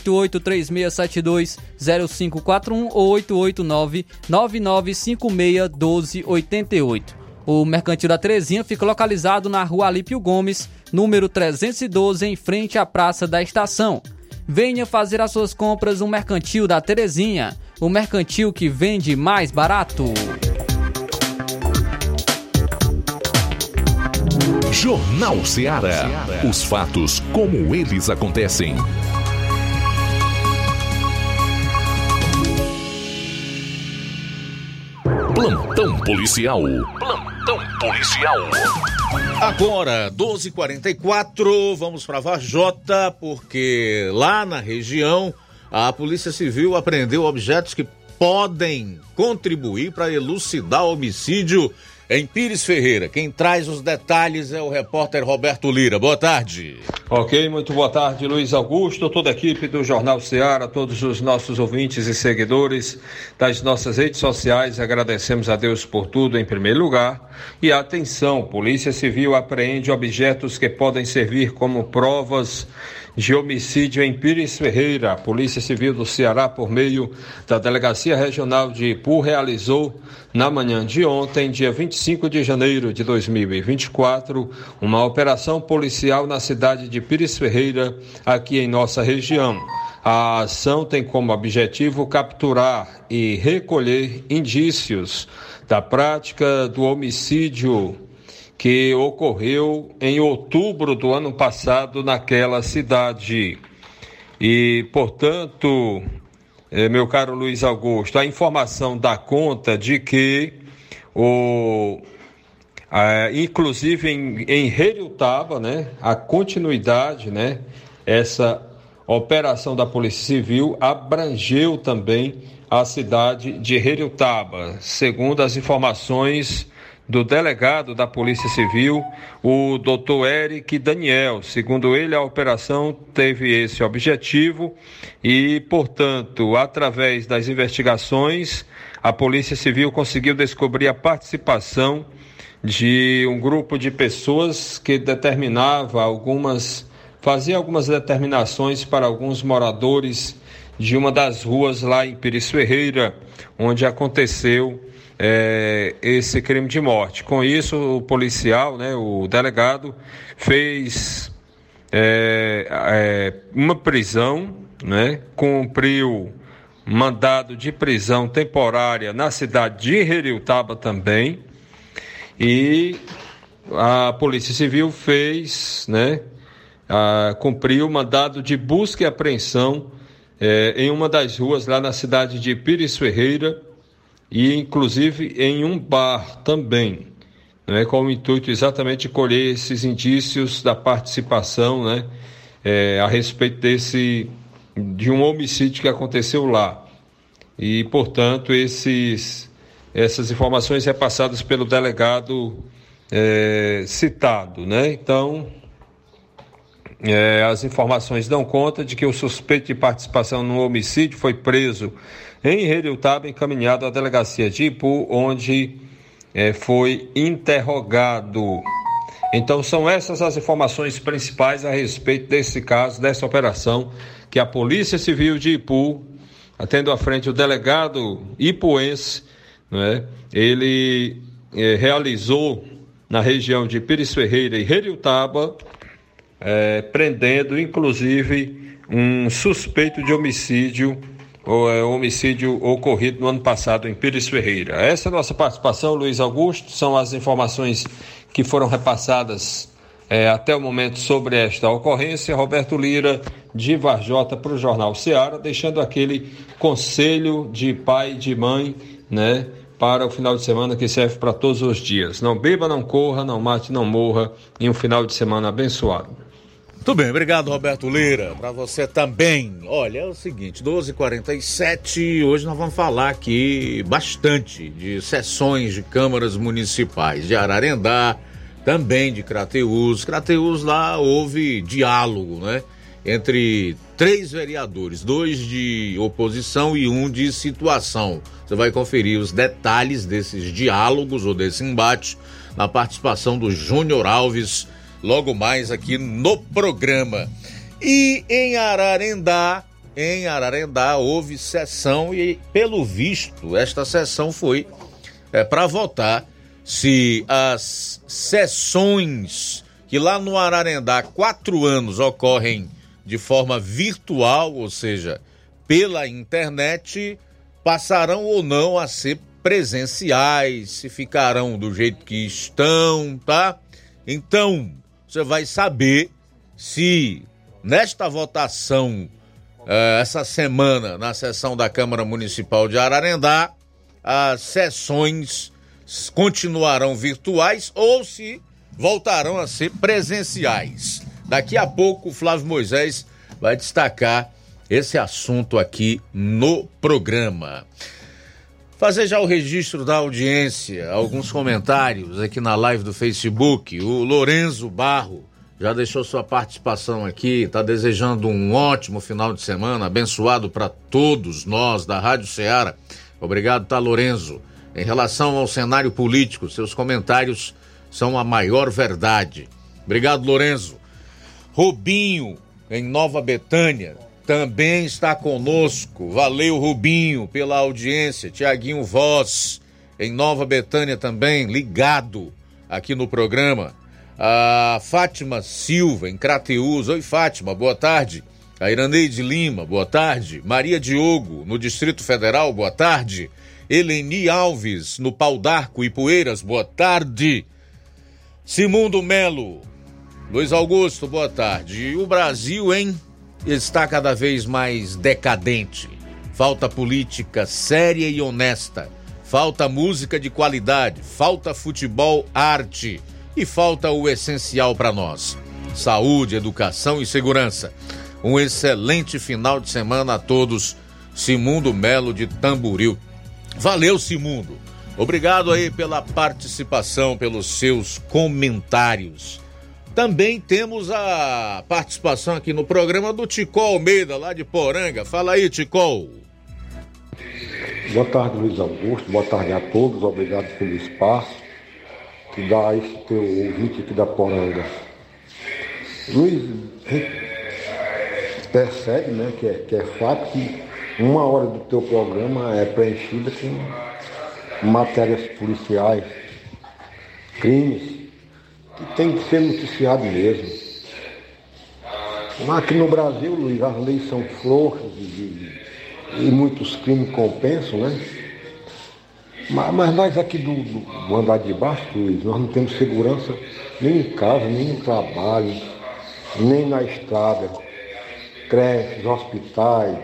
8836720541 ou 889-9956-1288. O Mercantil da Terezinha fica localizado na rua Alípio Gomes, número 312, em frente à Praça da Estação. Venha fazer as suas compras no Mercantil da Terezinha, o mercantil que vende mais barato. Jornal Ceará. Os fatos como eles acontecem. Plantão policial. Plantão policial. Agora, 12h44, vamos para Varjota, porque lá na região a Polícia Civil apreendeu objetos que podem contribuir para elucidar o homicídio em Pires Ferreira. Quem traz os detalhes é o repórter Roberto Lira. Boa tarde. Ok, muito boa tarde, Luiz Augusto, toda a equipe do Jornal Ceará, todos os nossos ouvintes e seguidores das nossas redes sociais. Agradecemos a Deus por tudo em primeiro lugar. E atenção, Polícia Civil apreende objetos que podem servir como provas de homicídio em Pires Ferreira. A Polícia Civil do Ceará, por meio da Delegacia Regional de Ipu, realizou na manhã de ontem, dia 25 de janeiro de 2024, uma operação policial na cidade de Pires Ferreira, aqui em nossa região. A ação tem como objetivo capturar e recolher indícios da prática do homicídio que ocorreu em outubro do ano passado naquela cidade. E, portanto, meu caro Luiz Augusto, a informação dá conta de que, inclusive em Heriutaba, né, a continuidade, né, essa operação da Polícia Civil abrangeu também a cidade de Heriutaba, segundo as informações do delegado da Polícia Civil, o Dr. Eric Daniel. Segundo ele, a operação teve esse objetivo e, portanto, através das investigações, a Polícia Civil conseguiu descobrir a participação de um grupo de pessoas que fazia algumas determinações para alguns moradores de uma das ruas lá em Pires Ferreira, onde aconteceu esse crime de morte. Com isso, o policial, né, o delegado, fez uma prisão, né, cumpriu mandado de prisão temporária na cidade de Heriutaba também, e a Polícia Civil cumpriu mandado de busca e apreensão em uma das ruas lá na cidade de Pires Ferreira, e inclusive em um bar também, né, com o intuito exatamente de colher esses indícios da participação, né, a respeito de um homicídio que aconteceu lá. E, portanto, essas informações repassadas pelo delegado citado, né? Então, as informações dão conta de que o suspeito de participação no homicídio foi preso em Heriutaba, encaminhado à delegacia de Ipu, onde foi interrogado. Então, são essas as informações principais a respeito desse caso, dessa operação, que a Polícia Civil de Ipu, tendo à frente o delegado ipuense, né, ele realizou na região de Pires Ferreira e Heriutaba, prendendo inclusive um suspeito de homicídio ocorrido no ano passado em Pires Ferreira. Essa é a nossa participação, Luiz Augusto. São as informações que foram repassadas até o momento sobre esta ocorrência. Roberto Lira, de Varjota, para o Jornal Ceará, deixando aquele conselho de pai e de mãe, né, para o final de semana que serve para todos os dias. Não beba, não corra, não mate, não morra, em um final de semana abençoado. Muito bem, obrigado, Roberto Lira. Para você também. Olha, é o seguinte, 12h47, hoje nós vamos falar aqui bastante de sessões de câmaras municipais de Ararendá, também de Crateús. Crateús, lá houve diálogo, né? Entre 3 vereadores, 2 de oposição e 1 de situação. Você vai conferir os detalhes desses diálogos ou desse embate na participação do Júnior Alves, logo mais aqui no programa. E em Ararendá houve sessão e, pelo visto, esta sessão foi para votar se as sessões que lá no Ararendá há 4 anos ocorrem de forma virtual, ou seja, pela internet, passarão ou não a ser presenciais, se ficarão do jeito que estão, tá? Então, você vai saber se nesta votação, essa semana, na sessão da Câmara Municipal de Ararendá, as sessões continuarão virtuais ou se voltarão a ser presenciais. Daqui a pouco o Flávio Moisés vai destacar esse assunto aqui no programa. Fazer já o registro da audiência, alguns comentários aqui na live do Facebook. O Lorenzo Barro já deixou sua participação aqui, está desejando um ótimo final de semana, abençoado para todos nós da Rádio Ceará. Obrigado, tá, Lorenzo? Em relação ao cenário político, seus comentários são a maior verdade. Obrigado, Lorenzo. Rubinho, em Nova Betânia, também está conosco. Valeu, Rubinho, pela audiência. Tiaguinho Voz, em Nova Betânia também, ligado aqui no programa. A Fátima Silva, em Crateús. Oi, Fátima, boa tarde. A Iraneide Lima, boa tarde. Maria Diogo, no Distrito Federal, boa tarde. Eleni Alves, no Pau d'Arco, Ipueiras, boa tarde. Simundo Melo, Luiz Augusto, boa tarde. E o Brasil, hein? Está cada vez mais decadente. Falta política séria e honesta. Falta música de qualidade. Falta futebol, arte. E falta o essencial para nós: saúde, educação e segurança. Um excelente final de semana a todos. Simundo Melo de Tamboril. Valeu, Simundo. Obrigado aí pela participação, pelos seus comentários. Também temos a participação aqui no programa do Ticol Almeida, lá de Poranga. Fala aí, Ticol. Boa tarde, Luiz Augusto. Boa tarde a todos. Obrigado pelo espaço que dá esse teu ouvinte aqui da Poranga. Luiz, a gente percebe, né, que é fato que 1 hora do teu programa é preenchida com matérias policiais, crimes, que tem que ser noticiado mesmo. Mas aqui no Brasil, Luiz, as leis são frouxas e muitos crimes compensam, né? Mas nós aqui do andar de baixo, Luiz, nós não temos segurança nem em casa, nem no trabalho, nem na estrada. Creches, hospitais,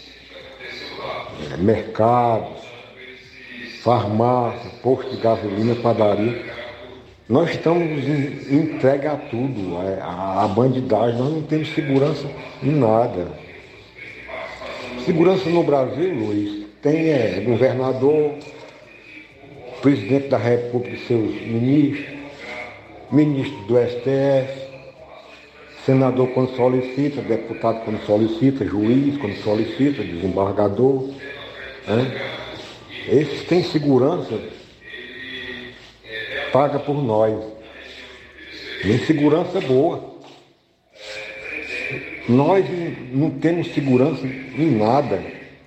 mercados, farmácia, posto de gasolina, padaria. Nós estamos entregues a tudo, a bandidagem, nós não temos segurança em nada. Segurança no Brasil, Luiz, tem governador, presidente da República e seus ministros, ministro do STF, senador quando solicita, deputado quando solicita, juiz quando solicita, desembargador. Né? Esses têm segurança paga por nós. Nem segurança boa. Nós não temos segurança em nada.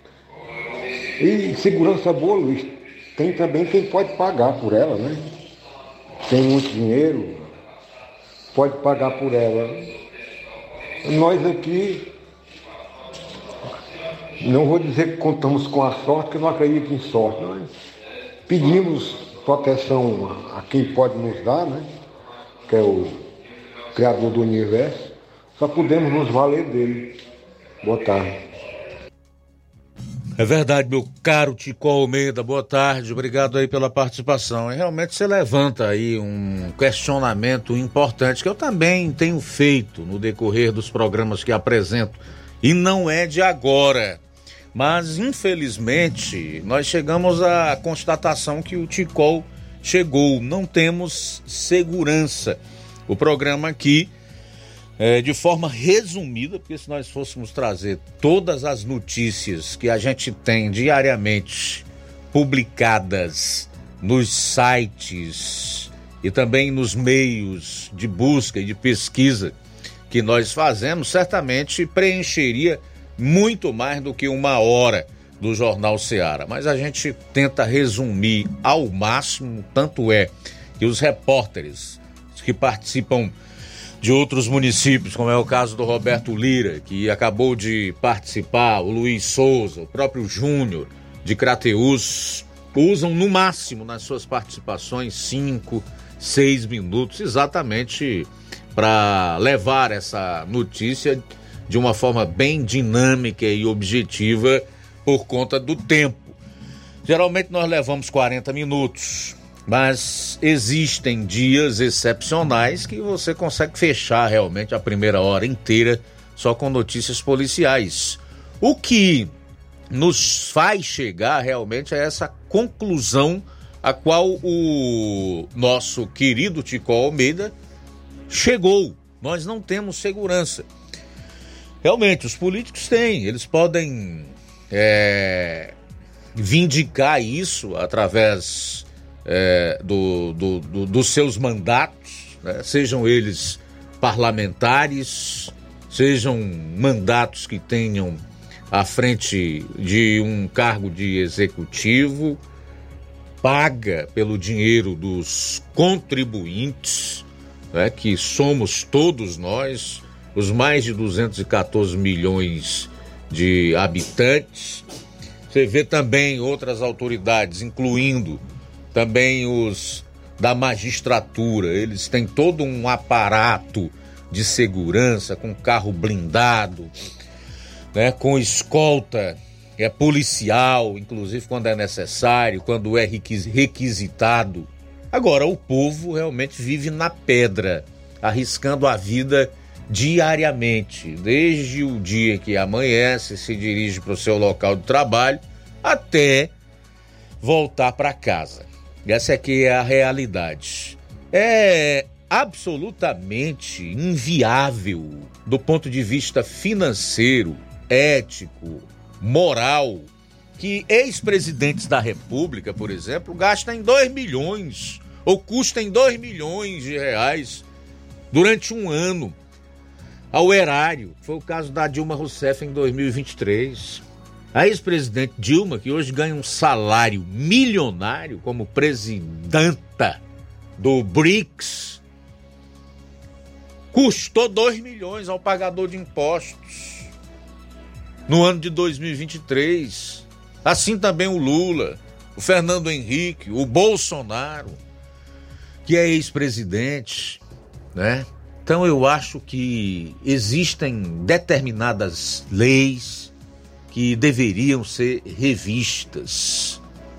E segurança boa, Luiz, tem também quem pode pagar por ela, né? Tem muito dinheiro, pode pagar por ela. Nós aqui, não vou dizer que contamos com a sorte, porque eu não acredito em sorte. Nós pedimos proteção a quem pode nos dar, né? Que é o Criador do Universo. Só podemos nos valer dele. Boa tarde. É verdade, meu caro Tico Almeida, boa tarde, obrigado aí pela participação. E realmente você levanta aí um questionamento importante que eu também tenho feito no decorrer dos programas que apresento, e não é de agora, mas infelizmente nós chegamos à constatação que o Ticol chegou, não temos segurança. O programa aqui, de forma resumida, porque se nós fôssemos trazer todas as notícias que a gente tem diariamente publicadas nos sites e também nos meios de busca e de pesquisa que nós fazemos, certamente preencheria muito mais do que uma hora do Jornal Ceará. Mas a gente tenta resumir ao máximo, tanto é que os repórteres que participam de outros municípios, como é o caso do Roberto Lira, que acabou de participar, o Luiz Souza, o próprio Júnior de Crateús, usam no máximo nas suas participações 5, 6 minutos, exatamente para levar essa notícia de uma forma bem dinâmica e objetiva por conta do tempo. Geralmente nós levamos 40 minutos, mas existem dias excepcionais que você consegue fechar realmente a primeira hora inteira só com notícias policiais. O que nos faz chegar realmente a essa conclusão a qual o nosso querido Tico Almeida chegou. Nós não temos segurança. Realmente, os políticos têm, eles podem vindicar isso através dos seus mandatos, né? Sejam eles parlamentares, sejam mandatos que tenham à frente de um cargo de executivo, paga pelo dinheiro dos contribuintes, né? Que somos todos nós, os mais de 214 milhões de habitantes. Você vê também outras autoridades, incluindo também os da magistratura, eles têm todo um aparato de segurança, com carro blindado, né, com escolta policial, inclusive quando é necessário, quando é requisitado. Agora, o povo realmente vive na pedra, arriscando a vida diariamente, desde o dia que amanhece, se dirige para o seu local de trabalho, até voltar para casa. Essa aqui é a realidade. É absolutamente inviável do ponto de vista financeiro, ético, moral, que ex-presidentes da República, por exemplo, gastem 2 milhões ou custem 2 milhões de reais durante um ano ao erário. Foi o caso da Dilma Rousseff em 2023. A ex-presidente Dilma, que hoje ganha um salário milionário como presidenta do BRICS, custou 2 milhões ao pagador de impostos no ano de 2023. Assim também o Lula, o Fernando Henrique, o Bolsonaro, que é ex-presidente, né? Então eu acho que existem determinadas leis que deveriam ser revistas.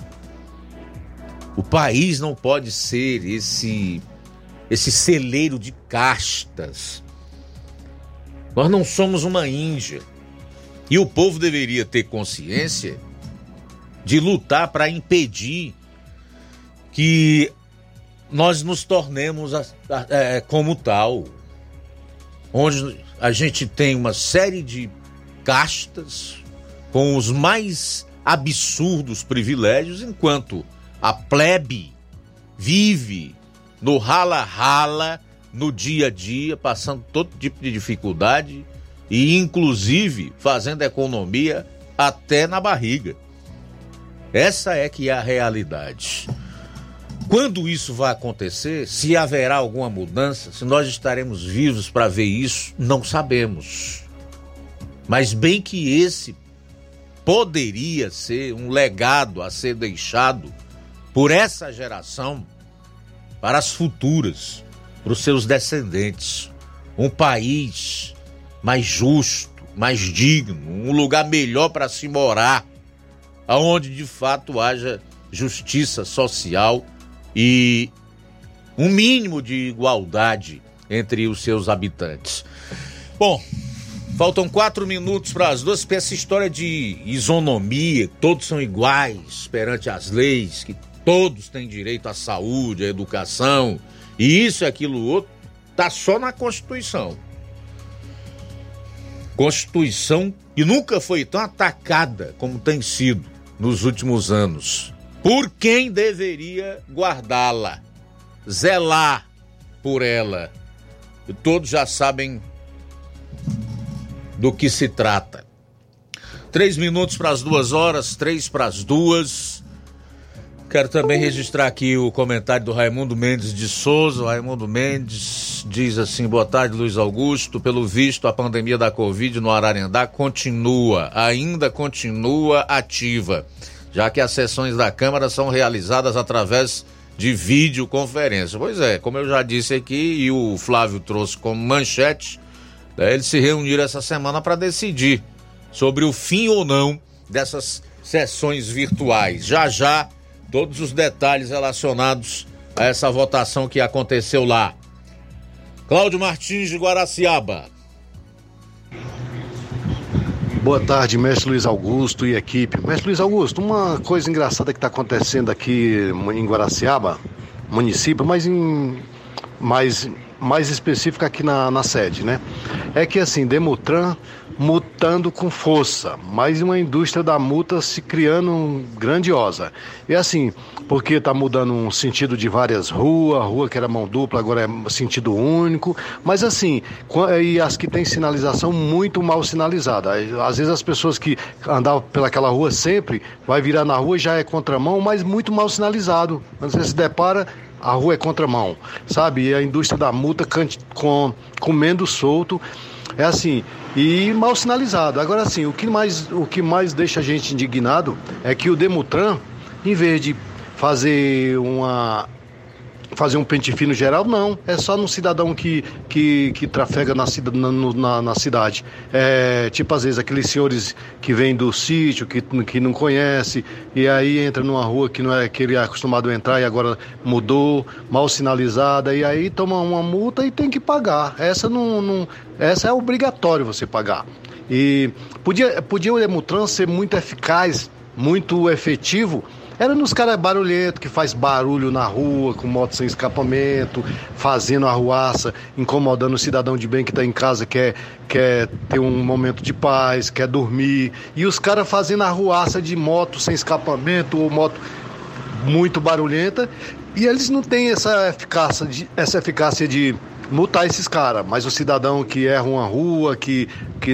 O país não pode ser esse celeiro de castas. Nós não somos uma Índia. E o povo deveria ter consciência de lutar para impedir que nós nos tornemos como tal, onde a gente tem uma série de castas com os mais absurdos privilégios, enquanto a plebe vive no rala-rala, no dia a dia, passando todo tipo de dificuldade e, inclusive, fazendo economia até na barriga. Essa é que é a realidade. Quando isso vai acontecer, se haverá alguma mudança, se nós estaremos vivos para ver isso, não sabemos. Mas bem que esse poderia ser um legado a ser deixado por essa geração para as futuras, para os seus descendentes. Um país mais justo, mais digno, um lugar melhor para se morar, aonde de fato haja justiça social e um mínimo de igualdade entre os seus habitantes. Bom, faltam 4 minutos para as 2, porque essa história de isonomia, todos são iguais perante as leis, que todos têm direito à saúde, à educação, e isso e aquilo outro, tá só na Constituição. Constituição que nunca foi tão atacada como tem sido nos últimos anos. Por quem deveria guardá-la, zelar por ela. E todos já sabem do que se trata. 3 minutos para as 2 horas, 3 para as 2. Quero também registrar aqui o comentário do Raimundo Mendes de Souza. O Raimundo Mendes diz assim: boa tarde, Luiz Augusto. Pelo visto, a pandemia da Covid no Ararendá ainda continua ativa, já que as sessões da Câmara são realizadas através de videoconferência. Pois é, como eu já disse aqui e o Flávio trouxe como manchete, eles se reuniram essa semana para decidir sobre o fim ou não dessas sessões virtuais. Já, todos os detalhes relacionados a essa votação que aconteceu lá. Cláudio Martins de Guaraciaba. Boa tarde, mestre Luiz Augusto e equipe. Mestre Luiz Augusto, uma coisa engraçada que está acontecendo aqui em Guaraciaba, município, mas mais específica aqui na sede, né? É que assim, Demutran multando com força, mais uma indústria da multa se criando grandiosa. E assim, porque tá mudando um sentido de várias ruas, a rua que era mão dupla agora é sentido único, mas assim, e as que tem sinalização muito mal sinalizada. Às vezes as pessoas que andavam pelaquela rua sempre, vai virar na rua e já é contramão, mas muito mal sinalizado. Quando você se depara, a rua é contramão, sabe? E a indústria da multa comendo solto, é assim, e mal sinalizado. Agora assim, o que mais deixa a gente indignado é que o Demutran, em vez de fazer um pente fino geral, não, é só no cidadão que trafega na cidade. É, tipo, às vezes, aqueles senhores que vêm do sítio, que não conhece, e aí entra numa rua que não é que ele é acostumado a entrar e agora mudou, mal sinalizada, e aí toma uma multa e tem que pagar. Essa é obrigatório você pagar. E podia o Demutran ser muito eficaz, muito efetivo, era nos caras barulhentos, que faz barulho na rua, com moto sem escapamento, fazendo arruaça, incomodando o cidadão de bem que está em casa, quer ter um momento de paz, quer dormir. E os caras fazendo arruaça de moto sem escapamento ou moto muito barulhenta, e eles não têm essa eficácia de multar esses caras, mas o cidadão que erra uma rua, que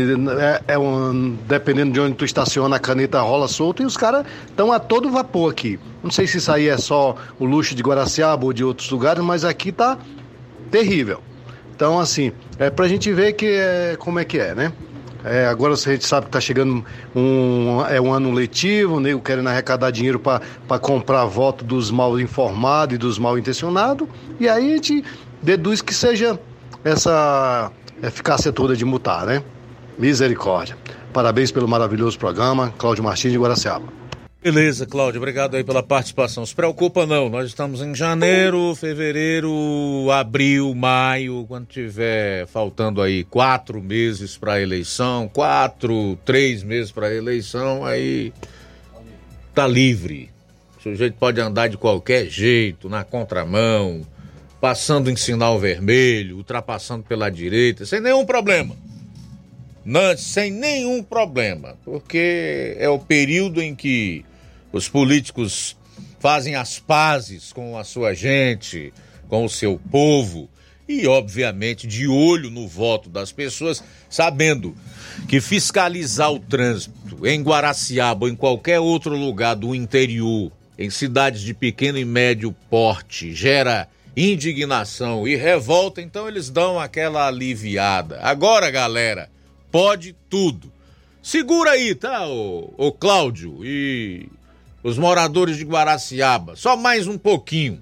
dependendo de onde tu estaciona, a caneta rola solta, e os caras estão a todo vapor aqui. Não sei se isso aí é só o luxo de Guaraciaba ou de outros lugares, mas aqui tá terrível. Então, assim, é pra gente ver como é que é, né? Agora a gente sabe que tá chegando um ano letivo, o nego querendo arrecadar dinheiro para comprar voto dos mal informados e dos mal intencionados, e aí a gente deduz que seja essa eficácia toda de multar, né? Misericórdia. Parabéns pelo maravilhoso programa. Cláudio Martins de Guaraciaba. Beleza, Cláudio, obrigado aí pela participação. Se preocupa não, nós estamos em janeiro, fevereiro, abril, maio, quando tiver faltando aí 4 meses para a eleição, 3 meses para a eleição, aí tá livre. O sujeito pode andar de qualquer jeito, na contramão, passando em sinal vermelho, ultrapassando pela direita, sem nenhum problema. Não, sem nenhum problema, porque é o período em que os políticos fazem as pazes com a sua gente, com o seu povo e, obviamente, de olho no voto das pessoas, sabendo que fiscalizar o trânsito em Guaraciaba ou em qualquer outro lugar do interior, em cidades de pequeno e médio porte, gera indignação e revolta, então eles dão aquela aliviada. Agora, galera, pode tudo. Segura aí, tá, ô Cláudio e os moradores de Guaraciaba, só mais um pouquinho.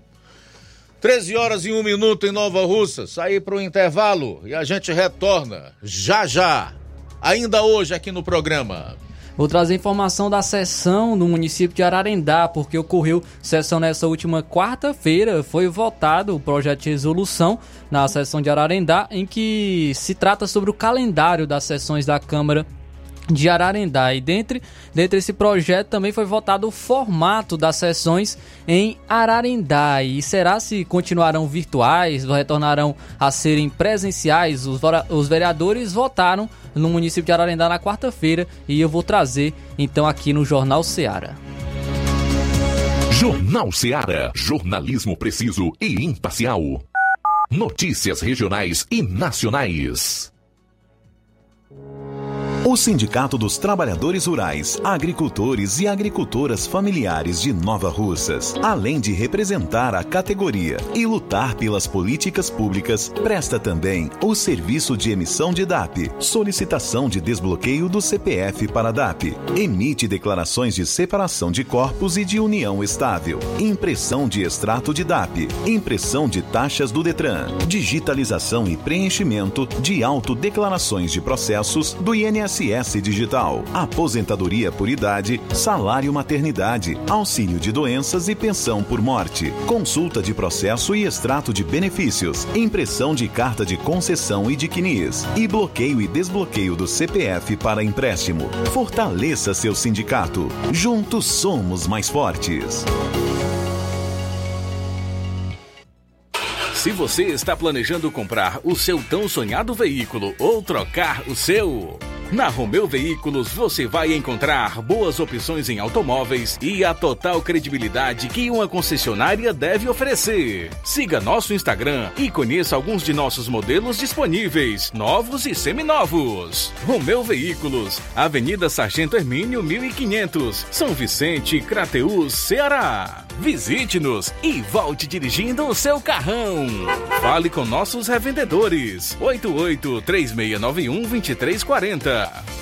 13h01 em Nova Russa, sair para o intervalo e a gente retorna já, ainda hoje aqui no programa. Vou trazer informação da sessão no município de Ararendá, porque ocorreu sessão nessa última quarta-feira. Foi votado o projeto de resolução na sessão de Ararendá, em que se trata sobre o calendário das sessões da Câmara de Ararendá. E dentro esse projeto também foi votado o formato das sessões em Ararendá. E será se continuarão virtuais ou retornarão a serem presenciais? Os vereadores votaram no município de Ararendá na quarta-feira e eu vou trazer então aqui no Jornal Seara. Jornal Seara. Jornalismo preciso e imparcial. Notícias regionais e nacionais. O Sindicato dos Trabalhadores Rurais, Agricultores e Agricultoras Familiares de Nova Russas, além de representar a categoria e lutar pelas políticas públicas, presta também o serviço de emissão de DAP, solicitação de desbloqueio do CPF para DAP, emite declarações de separação de corpos e de união estável, impressão de extrato de DAP, impressão de taxas do Detran, digitalização e preenchimento de autodeclarações de processos do INSS Digital, aposentadoria por idade, salário maternidade, auxílio de doenças e pensão por morte, consulta de processo e extrato de benefícios, impressão de carta de concessão e de CNIS, e bloqueio e desbloqueio do CPF para empréstimo. Fortaleça seu sindicato. Juntos somos mais fortes. Se você está planejando comprar o seu tão sonhado veículo ou trocar o seu, na Romeu Veículos você vai encontrar boas opções em automóveis e a total credibilidade que uma concessionária deve oferecer. Siga nosso Instagram e conheça alguns de nossos modelos disponíveis, novos e seminovos. Romeu Veículos, Avenida Sargento Hermínio 1500, São Vicente, Crateús, Ceará. Visite-nos e volte dirigindo o seu carrão. Fale com nossos revendedores. 88-3691-2340.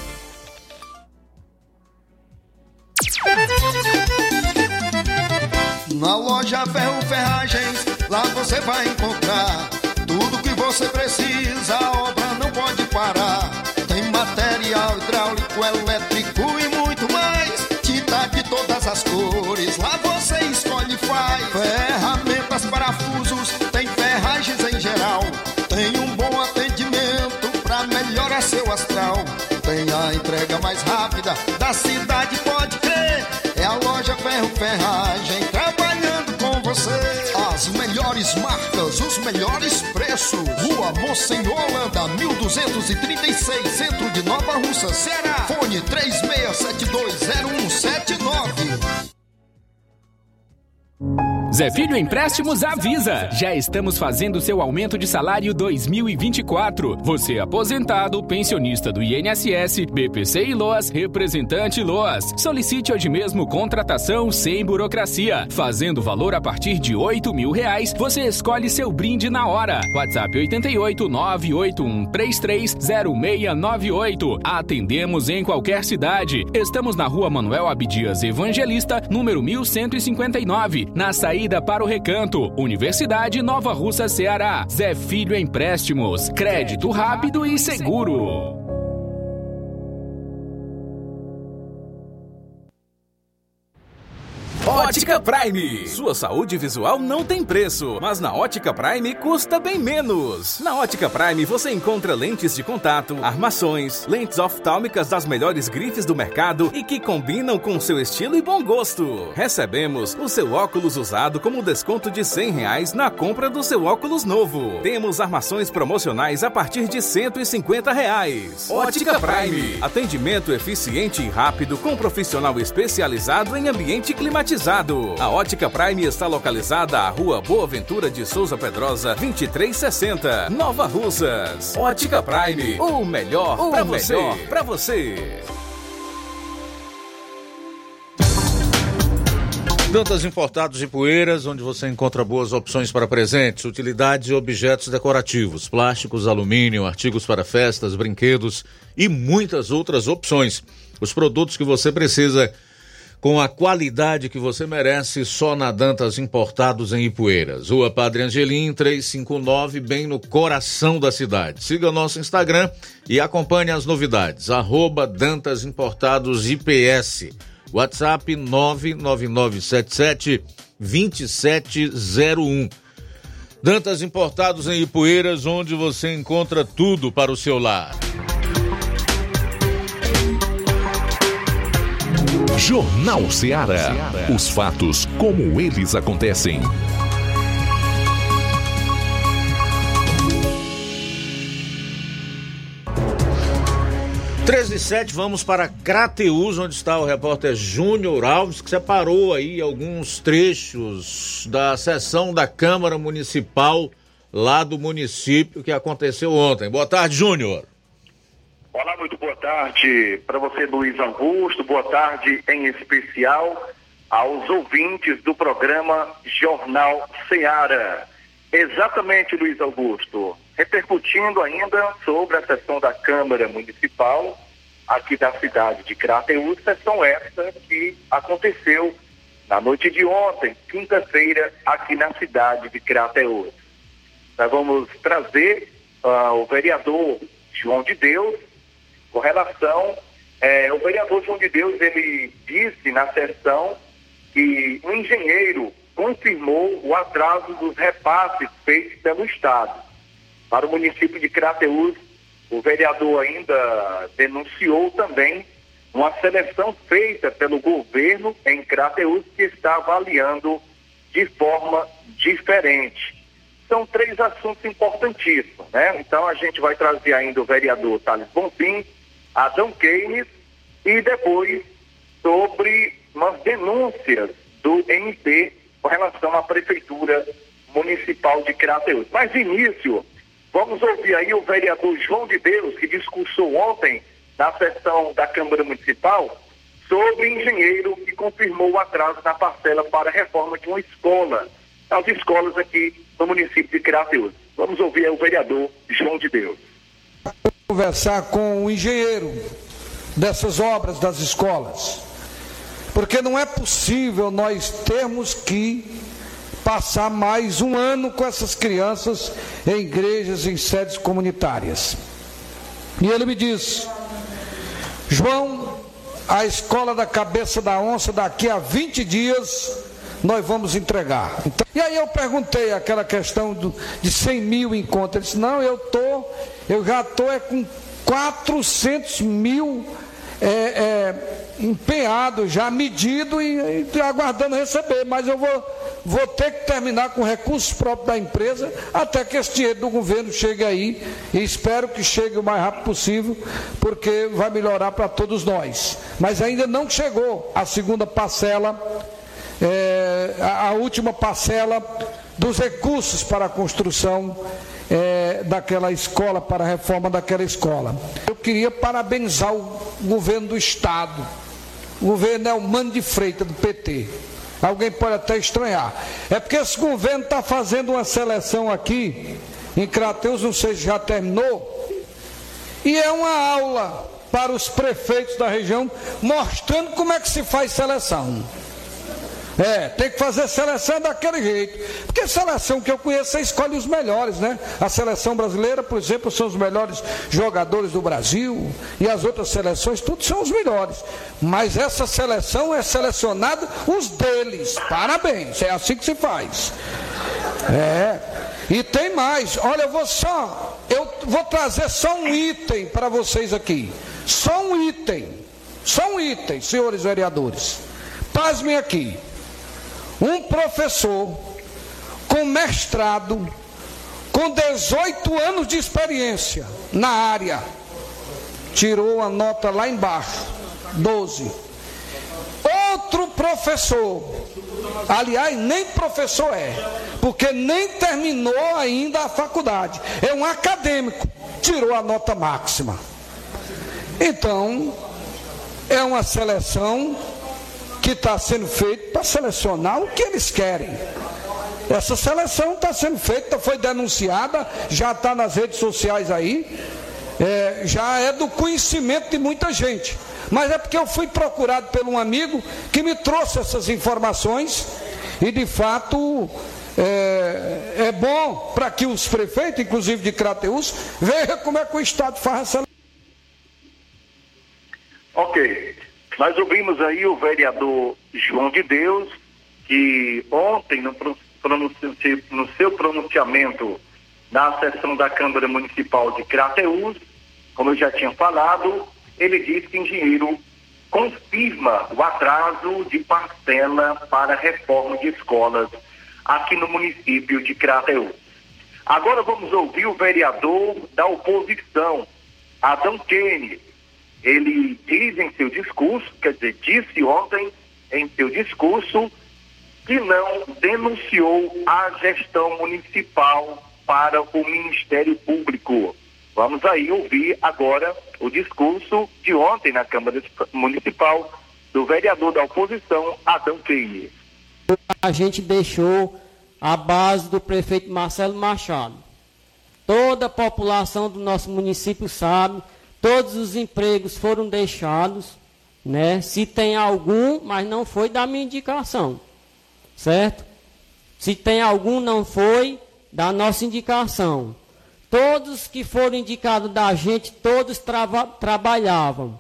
Na loja Ferro Ferragens, lá você vai encontrar tudo que você precisa, a obra não pode parar. Tem material hidráulico, elétrico e muito mais. Tinta de todas as cores, lá você escolhe e faz. Ferramentas, parafusos, tem ferragens em geral. Tem um bom atendimento pra melhorar seu astral. Tem a entrega mais rápida da cidade, pode crer. É a loja Ferro Ferragem trabalhando com você. As melhores marcas, os melhores preços. Rua Monsenhor Holanda, 1236, centro de Nova Russa, Ceará. Fone 36720179. Zé Filho Empréstimos avisa, já estamos fazendo seu aumento de salário 2024. Você aposentado, pensionista do INSS, BPC e LOAS, representante LOAS. Solicite hoje mesmo contratação sem burocracia. Fazendo valor a partir de R$8.000, você escolhe seu brinde na hora. WhatsApp 88-981330698. Atendemos em qualquer cidade. Estamos na Rua Manuel Abdias Evangelista, número 1159, na saída para o Recanto, Universidade Nova Russa, Ceará. Zé Filho Empréstimos, crédito rápido e seguro. Ótica Prime. Sua saúde visual não tem preço, mas na Ótica Prime custa bem menos. Na Ótica Prime você encontra lentes de contato, armações, lentes oftálmicas das melhores grifes do mercado e que combinam com seu estilo e bom gosto. Recebemos o seu óculos usado como desconto de R$100 na compra do seu óculos novo. Temos armações promocionais a partir de R$150. Ótica Prime. Atendimento eficiente e rápido com profissional especializado em ambiente climatizado. A Ótica Prime está localizada à Rua Boa Ventura de Souza Pedrosa, 2360, Nova Russas. Ótica Prime, o melhor pra você. Dantas Importados e Poeiras, onde você encontra boas opções para presentes, utilidades e objetos decorativos, plásticos, alumínio, artigos para festas, brinquedos e muitas outras opções. Os produtos que você precisa com a qualidade que você merece, só na Dantas Importados em Ipueiras. Rua Padre Angelim, 359, bem no coração da cidade. Siga o nosso Instagram e acompanhe as novidades. @Dantas Importados IPS. WhatsApp 99977-2701. Dantas Importados em Ipueiras, onde você encontra tudo para o seu lar. Jornal Ceará. Os fatos como eles acontecem. 13h07, vamos para Crateús, onde está o repórter Júnior Alves, que separou aí alguns trechos da sessão da Câmara Municipal lá do município que aconteceu ontem. Boa tarde, Júnior. Olá, muito boa tarde para você, Luiz Augusto. Boa tarde em especial aos ouvintes do programa Jornal Ceará. Exatamente, Luiz Augusto. Repercutindo ainda sobre a sessão da Câmara Municipal aqui da cidade de Crateús, sessão essa que aconteceu na noite de ontem, quinta-feira, aqui na cidade de Crateús. Nós vamos trazer o vereador João de Deus com relação... o vereador João de Deus, ele disse na sessão que o engenheiro confirmou o atraso dos repasses feitos pelo Estado. Para o município de Crateús, o vereador ainda denunciou também uma seleção feita pelo governo em Crateús que está avaliando de forma diferente. São 3 assuntos importantíssimos, né? Então a gente vai trazer ainda o vereador Thales Bonfim, Adão Keynes e depois sobre umas denúncias do MP com relação à Prefeitura Municipal de Crateús. Mas de início, vamos ouvir aí o vereador João de Deus, que discursou ontem na sessão da Câmara Municipal sobre engenheiro que confirmou o atraso na parcela para a reforma de uma escola, as escolas aqui no município de Crateús. Vamos ouvir aí o vereador João de Deus. Conversar com o engenheiro dessas obras das escolas, porque não é possível nós termos que passar mais um ano com essas crianças em igrejas, em sedes comunitárias. E ele me disse: João, a escola da Cabeça da Onça, daqui a 20 dias nós vamos entregar. Então, e aí eu perguntei aquela questão de 100 mil em conta. Ele disse: não, eu já estou com 400 mil empenhado, já medido e aguardando receber, mas eu vou ter que terminar com recursos próprios da empresa até que esse dinheiro do governo chegue aí, e espero que chegue o mais rápido possível, porque vai melhorar para todos nós. Mas ainda não chegou a segunda parcela, a última parcela dos recursos para a construção daquela escola, para a reforma daquela escola. Eu queria parabenizar o governo do Estado. O governo é o Mano de Freitas, do PT. Alguém pode até estranhar. É porque esse governo está fazendo uma seleção aqui em Crateús, não sei se já terminou, e é uma aula para os prefeitos da região, mostrando como é que se faz seleção. Tem que fazer seleção daquele jeito, porque a seleção que eu conheço, você escolhe os melhores, né? A seleção brasileira, por exemplo, são os melhores jogadores do Brasil, e as outras seleções, todos são os melhores, mas essa seleção é selecionada os deles. Parabéns, é assim que se faz. E tem mais. Olha, eu vou trazer só um item para vocês aqui, só um item, senhores vereadores, pasmem aqui. Um professor com mestrado, com 18 anos de experiência na área, tirou a nota lá embaixo, 12. Outro professor, aliás, nem professor porque nem terminou ainda a faculdade, é um acadêmico, tirou a nota máxima. Então, é uma seleção que está sendo feito para selecionar o que eles querem. Essa seleção está sendo feita, foi denunciada, já está nas redes sociais aí, já é do conhecimento de muita gente. mas é porque eu fui procurado por um amigo que me trouxe essas informações e, de fato, é bom para que os prefeitos, inclusive de Crateús, vejam como é que o Estado faz essa... Ok. Nós ouvimos aí o vereador João de Deus, que ontem, no seu pronunciamento na sessão da Câmara Municipal de Crateús, como eu já tinha falado, ele disse que o engenheiro confirma o atraso de parcela para a reforma de escolas aqui no município de Crateús. Agora vamos ouvir o vereador da oposição, Adão Kennedy. Ele diz em seu discurso, disse ontem em seu discurso, que não denunciou a gestão municipal para o Ministério Público. Vamos aí ouvir agora o discurso de ontem na Câmara Municipal do vereador da oposição, Adão Kennedy. A gente deixou a base do prefeito Marcelo Machado. Toda a população do nosso município sabe, todos os empregos foram deixados, né? Se tem algum, mas não foi da minha indicação, certo? Se tem algum, não foi da nossa indicação. Todos que foram indicados da gente, todos trabalhavam.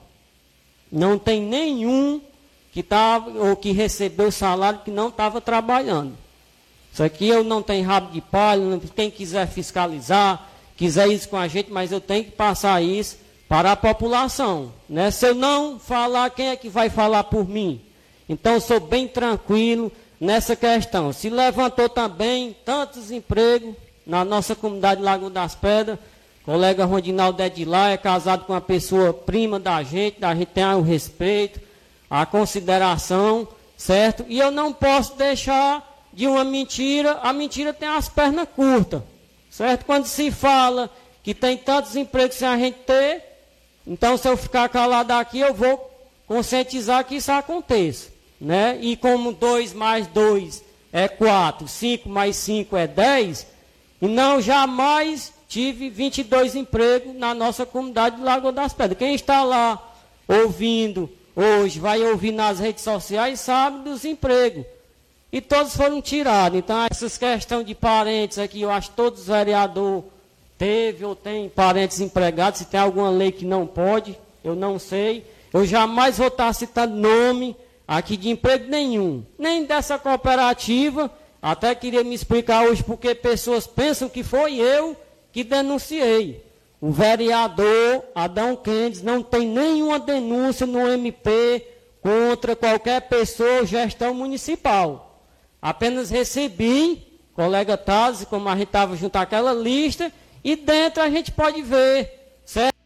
Não tem nenhum que tava, ou que recebeu salário que não estava trabalhando. Isso aqui eu não tenho rabo de palha, quem quiser fiscalizar, quiser isso com a gente, mas eu tenho que passar isso para a população, né? Se eu não falar, quem é que vai falar por mim? Então eu sou bem tranquilo nessa questão. Se levantou também tantos empregos na nossa comunidade Lagoa das Pedras. O colega Rondinaldo Edilá é casado com uma pessoa prima da gente tem o respeito, a consideração, certo? E eu não posso deixar de uma mentira, a mentira tem as pernas curtas, certo? Quando se fala que tem tantos empregos sem a gente ter, então se eu ficar calado aqui, eu vou conscientizar que isso aconteça, né? E como 2 mais 2 é 4, 5 mais 5 é 10, e não jamais tive 22 empregos na nossa comunidade de Lagoa das Pedras. Quem está lá ouvindo hoje, vai ouvir nas redes sociais, sabe dos empregos. E todos foram tirados. Então, essas questões de parentes aqui, eu acho que todos os vereadores teve ou tem parentes empregados. Se tem alguma lei que não pode, eu não sei. Eu jamais vou estar citando nome aqui de emprego nenhum, nem dessa cooperativa. Até queria me explicar hoje porque pessoas pensam que foi eu que denunciei. O vereador Adão Kennedy não tem nenhuma denúncia no MP contra qualquer pessoa ou gestão municipal. Apenas recebi, colega Taz, como a gente estava junto àquela lista, e dentro a gente pode ver, certo?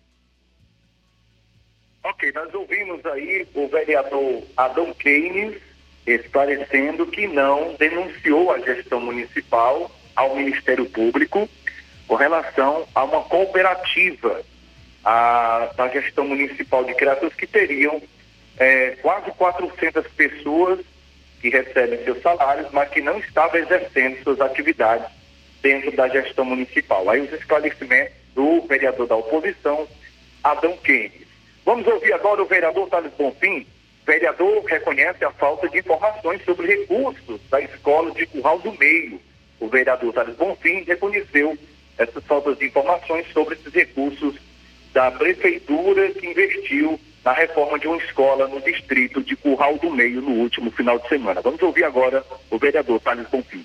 Ok, nós ouvimos aí o vereador Adão Kennedy esclarecendo que não denunciou a gestão municipal ao Ministério Público com relação a uma cooperativa da gestão municipal de Crateús que teriam quase 400 pessoas que recebem seus salários, mas que não estavam exercendo suas atividades dentro da gestão municipal. Aí os esclarecimentos do vereador da oposição, Adão Kennedy. Vamos ouvir agora o vereador Thales Bonfim. O vereador reconhece a falta de informações sobre recursos da escola de Curral do Meio. O vereador Thales Bonfim reconheceu essas faltas de informações sobre esses recursos da prefeitura que investiu na reforma de uma escola no distrito de Curral do Meio no último final de semana. Vamos ouvir agora o vereador Thales Bonfim.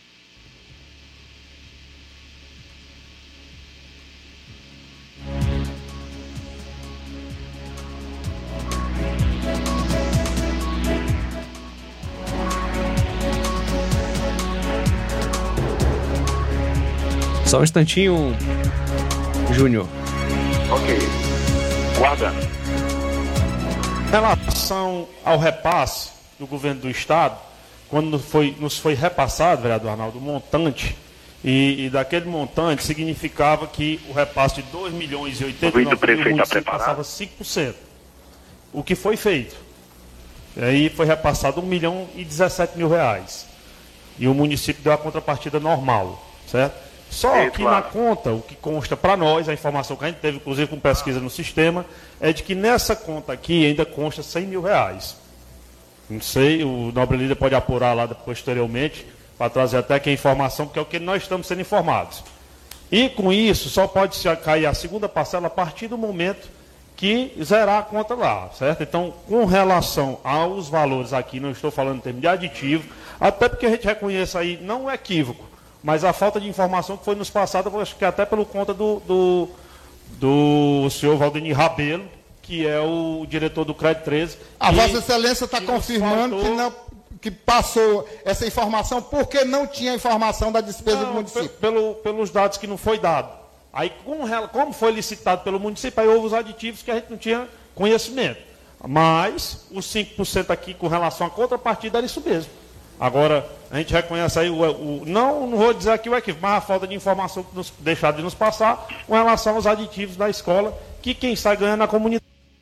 Só um instantinho, Júnior. Ok. Guarda. Em relação ao repasse do governo do Estado, quando nos foi repassado, vereador Arnaldo, o montante, e daquele montante significava que o repasse de 2 milhões e 89 mil municípios passava 5%. O que foi feito? E aí foi repassado 1 milhão e 17 mil reais. E o município deu a contrapartida normal, certo? Só que na conta, o que consta para nós, a informação que a gente teve, inclusive com pesquisa no sistema, é de que nessa conta aqui ainda consta R$100 mil. Não sei, o nobre líder pode apurar lá posteriormente, para trazer até aqui a informação, porque é o que nós estamos sendo informados. E com isso, só pode cair a segunda parcela a partir do momento que zerar a conta lá, certo? Então, com relação aos valores aqui, não estou falando em termos de aditivo, até porque a gente reconhece aí, não é equívoco, mas a falta de informação que foi nos passada, acho que até pelo conta do senhor Valdemir Rabelo, que é o diretor do Crédito 13. A Vossa Excelência está confirmando que passou essa informação porque não tinha informação da despesa do município. Pelos dados que não foi dado. Aí, como foi licitado pelo município, aí houve os aditivos que a gente não tinha conhecimento. Mas os 5% aqui com relação à contrapartida era isso mesmo. Agora, a gente reconhece aí não vou dizer aqui o equívoco, mas a falta de informação que deixaram de nos passar com relação aos aditivos da escola, que quem sai ganhando é a comunidade.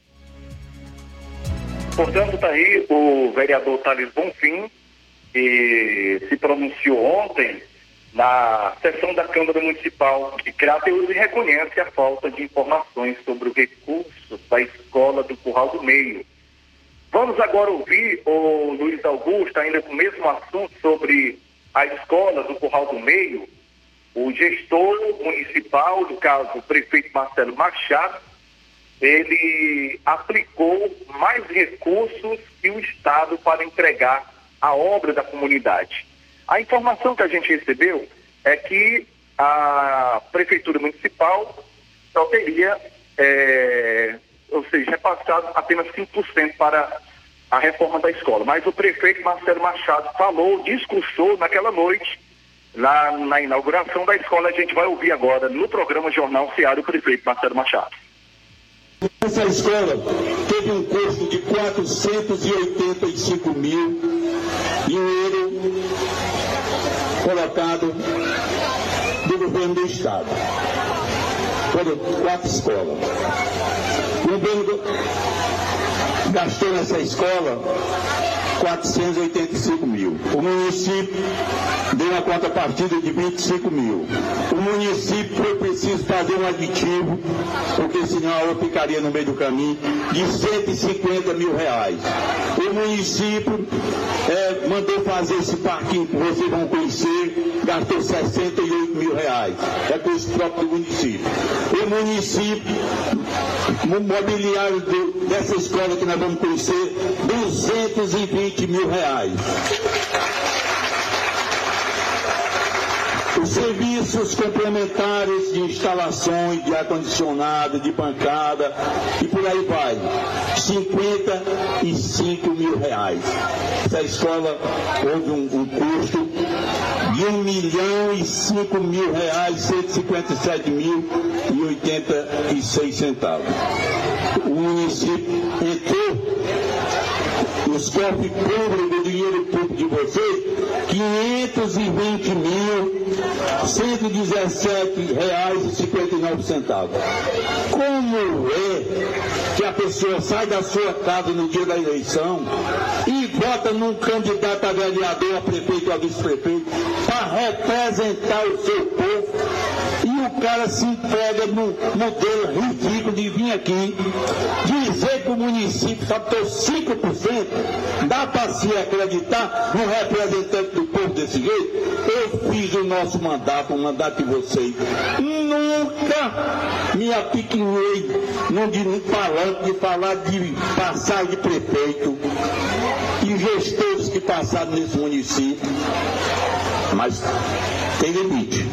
Portanto, está aí o vereador Thales Bonfim, que se pronunciou ontem na sessão da Câmara Municipal de Crateús e reconhece a falta de informações sobre o recurso da escola do Curral do Meio. Vamos agora ouvir o Luiz Augusto, ainda com o mesmo assunto sobre a escola do Curral do Meio, o gestor municipal, no caso o prefeito Marcelo Machado. Ele aplicou mais recursos que o Estado para entregar a obra da comunidade. A informação que a gente recebeu é que a Prefeitura Municipal só teria, repassado apenas 5% para a reforma da escola. Mas o prefeito Marcelo Machado discursou naquela noite, lá na inauguração da escola. A gente vai ouvir agora no programa Jornal Seara o prefeito Marcelo Machado. Essa escola teve um custo de 485 mil, dinheiro colocado do governo do Estado. Foram 4 escolas. O governo gastou nessa escola 485 mil. O município deu uma contrapartida de 25 mil. O município foi preciso fazer um aditivo, porque senão a outra ficaria no meio do caminho, de 150 mil reais. O município mandou fazer esse parquinho que vocês vão conhecer, gastou 68 mil reais. É custo próprio do município. O município, o mobiliário dessa escola que nós vamos conhecer, 220 mil reais. Os serviços complementares de instalações, de ar-condicionado, de bancada e por aí vai, 55 mil reais. Essa escola houve um custo de R$1.005.000, 157.086 O município entrou nos cofres públicos, do dinheiro público de vocês, R$520.117,59. Como é que a pessoa sai da sua casa no dia da eleição e vota num candidato a vereador, a prefeito ou a vice-prefeito para representar o seu povo e o cara se entrega no modelo ridículo de vir aqui dizer que o município captou 5%? Dá para se acreditar no representante do povo desse jeito? Eu fiz o nosso mandato, o mandato de vocês. Nunca me apiquinhei de falar de passagem de prefeito e gestores que passaram nesse município. Mas tem limite.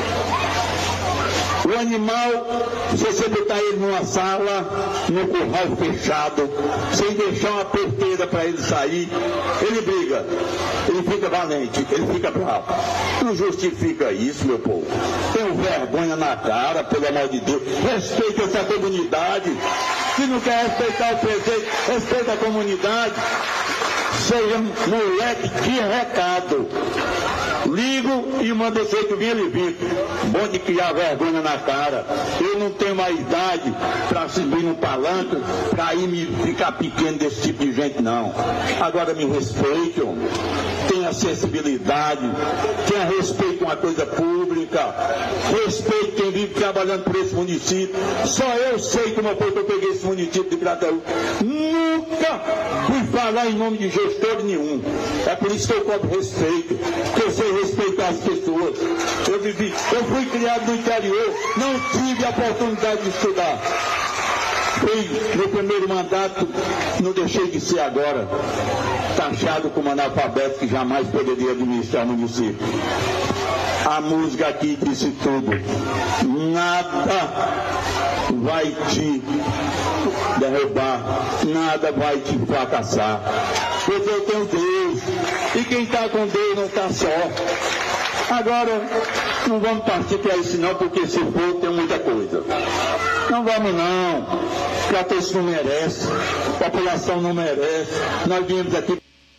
O animal, se você botar ele numa sala, num curral fechado, sem deixar uma porteira para ele sair, ele briga, ele fica valente, ele fica bravo. Não justifica isso, meu povo. Tenha vergonha na cara, pelo amor de Deus. Respeita essa comunidade. Se não quer respeitar o prefeito, respeita a comunidade. Seja moleque de recado. Ligo Vivo e manda dizer que vinha ele vir. Bom de criar vergonha na cara. Eu não tenho mais idade para subir no palanque, para ir me ficar pequeno desse tipo de gente, não. Agora me respeitam, tenha sensibilidade, tenha respeito com a coisa pública, respeito quem vive trabalhando por esse município. Só eu sei como foi que eu peguei esse município de Crateús. Nunca fui falar em nome de gestor nenhum. É por isso que eu cobro respeito, que eu sei respeitar as pessoas. Eu fui criado no interior, não tive a oportunidade de estudar. Fui no primeiro mandato, não deixei de ser agora taxado como analfabeto que jamais poderia administrar o município. A música aqui disse tudo. Nada vai te derrubar, nada vai te fracassar. Porque eu tenho Deus, e quem está com Deus não está só. Agora, não vamos partir para isso não, porque se for tem muita coisa. Não vamos não, Crateús não merece, a população não merece, nós viemos aqui.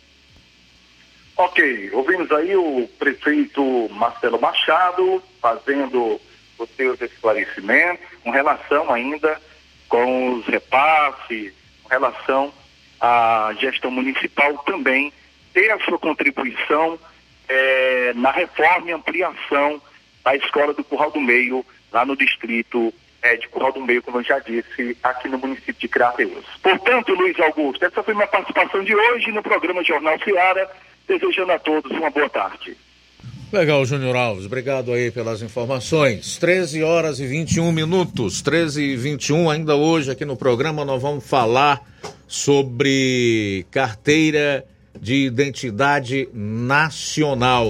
Ok, ouvimos aí o prefeito Marcelo Machado fazendo os seus esclarecimentos com relação ainda com os repasses, com relação à gestão municipal também ter a sua contribuição na reforma e ampliação da Escola do Curral do Meio, lá no distrito de Curral do Meio, como eu já disse, aqui no município de Crateús. Portanto, Luiz Augusto, essa foi minha participação de hoje no programa Jornal Seara, desejando a todos uma boa tarde. Legal, Júnior Alves, obrigado aí pelas informações. 13h21, 13h21, ainda hoje aqui no programa nós vamos falar sobre carteira de identidade nacional,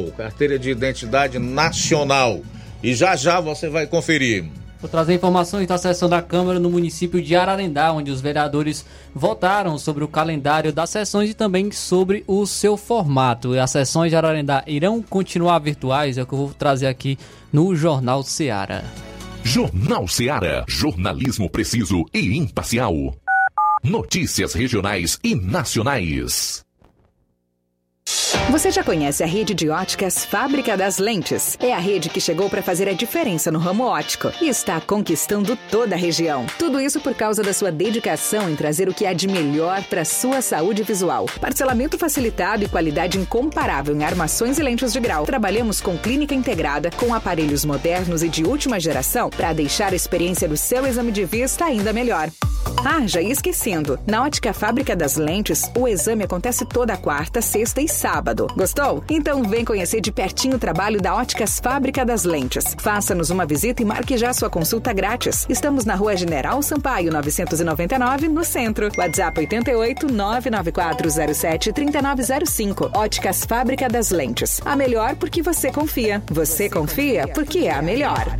e já você vai conferir. Vou trazer informações da sessão da Câmara no município de Ararendá, onde os vereadores votaram sobre o calendário das sessões e também sobre o seu formato. E as sessões de Ararendá irão continuar virtuais, é o que eu vou trazer aqui no Jornal Seara. Jornal Seara, jornalismo preciso e imparcial. Notícias regionais e nacionais. Você já conhece a rede de óticas Fábrica das Lentes? É a rede que chegou para fazer a diferença no ramo óptico e está conquistando toda a região. Tudo isso por causa da sua dedicação em trazer o que há de melhor para sua saúde visual. Parcelamento facilitado e qualidade incomparável em armações e lentes de grau. Trabalhamos com clínica integrada, com aparelhos modernos e de última geração para deixar a experiência do seu exame de vista ainda melhor. Ah, já ia esquecendo. Na Ótica Fábrica das Lentes, o exame acontece toda quarta, sexta e sábado. Gostou? Então vem conhecer de pertinho o trabalho da Óticas Fábrica das Lentes. Faça-nos uma visita e marque já sua consulta grátis. Estamos na Rua General Sampaio, 999, no centro. WhatsApp 88 99407 3905. Óticas Fábrica das Lentes. A melhor porque você confia. Você confia porque é a melhor.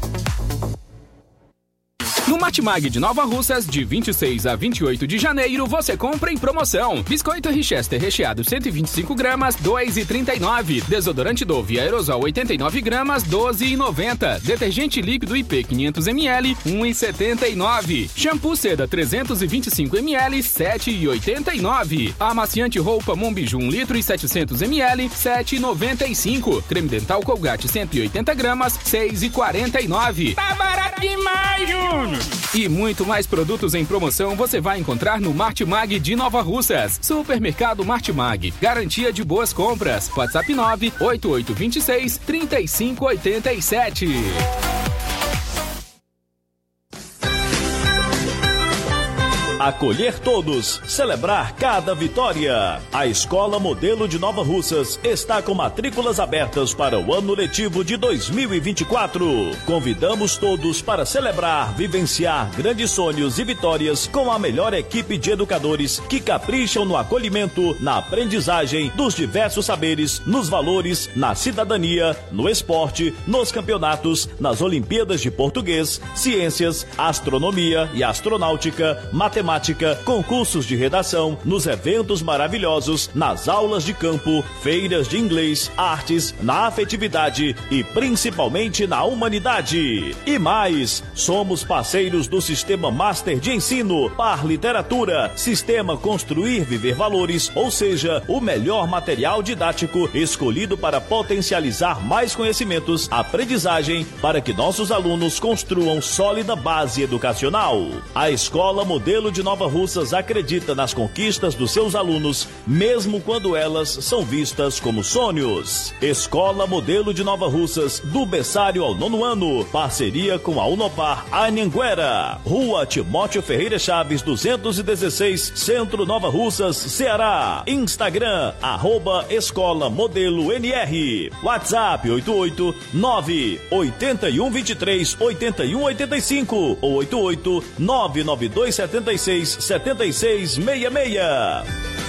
No Martimag de Nova Russas, de 26 a 28 de janeiro, você compra em promoção. Biscoito Richester recheado 125 gramas, R$ 2,39. Desodorante Dove aerosol 89 gramas, R$ 12,90. Detergente líquido IP 500 ml, R$ 1,79. Shampoo Seda 325 ml, R$ 7,89. Amaciante roupa Monbiju 1 litro e 700 ml, R$ 7,95. Creme dental Colgate 180 gramas, R$ 6,49. Tá barato demais, Júnior! E muito mais produtos em promoção você vai encontrar no Martimag de Nova Russas. Supermercado Martimag. Garantia de boas compras. WhatsApp 98826-3587. Acolher todos, celebrar cada vitória. A Escola Modelo de Nova Russas está com matrículas abertas para o ano letivo de 2024. Convidamos todos para celebrar, vivenciar grandes sonhos e vitórias com a melhor equipe de educadores que capricham no acolhimento, na aprendizagem dos diversos saberes, nos valores, na cidadania, no esporte, nos campeonatos, nas Olimpíadas de Português, Ciências, Astronomia e Astronáutica, Matemática matemática, concursos de redação, nos eventos maravilhosos, nas aulas de campo, feiras de inglês, artes, na afetividade e principalmente na humanidade. E mais, somos parceiros do Sistema Master de Ensino, Par Literatura, Sistema Construir Viver Valores, ou seja, o melhor material didático escolhido para potencializar mais conhecimentos, aprendizagem, para que nossos alunos construam sólida base educacional. A Escola Modelo de Nova Russas acredita nas conquistas dos seus alunos, mesmo quando elas são vistas como sonhos. Escola Modelo de Nova Russas, do berçário ao 9º ano, parceria com a Unopar Anhanguera, Rua Timóteo Ferreira Chaves, 216, Centro Nova Russas, Ceará. Instagram, @Escola Modelo NR. WhatsApp 889-8123-8185 ou 88992767666.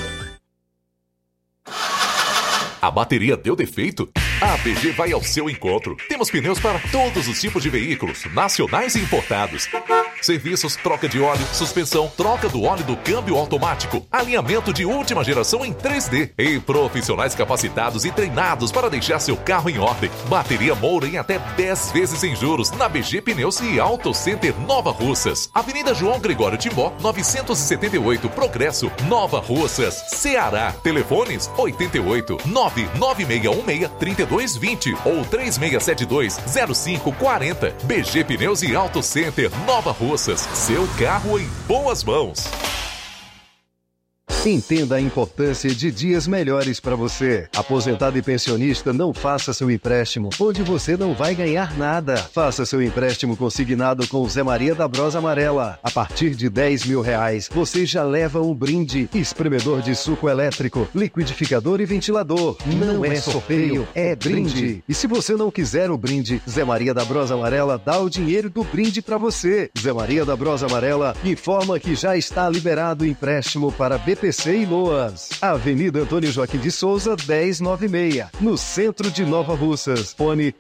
A bateria deu defeito? A ABG vai ao seu encontro. Temos pneus para todos os tipos de veículos, nacionais e importados. Serviços, troca de óleo, suspensão, troca do óleo do câmbio automático, alinhamento de última geração em 3D e profissionais capacitados e treinados para deixar seu carro em ordem. Bateria Moura em até 10 vezes sem juros na BG Pneus e Auto Center Nova Russas. Avenida João Gregório Timbó, 978, Progresso, Nova Russas, Ceará. Telefones 88 99616 3220 ou 3672 0540. BG Pneus e Auto Center Nova Russas. Seu carro em boas mãos. Entenda a importância de dias melhores para você. Aposentado e pensionista, não faça seu empréstimo onde você não vai ganhar nada. Faça seu empréstimo consignado com o Zé Maria da Brosa Amarela. A partir de R$10.000, você já leva um brinde: espremedor de suco elétrico, liquidificador e ventilador. Não é sorteio, é brinde. E se você não quiser o brinde, Zé Maria da Brosa Amarela dá o dinheiro do brinde para você. Zé Maria da Brosa Amarela informa que já está liberado o empréstimo para BPC e Loas. Avenida Antônio Joaquim de Souza, 1096, no centro de Nova Russas. Fone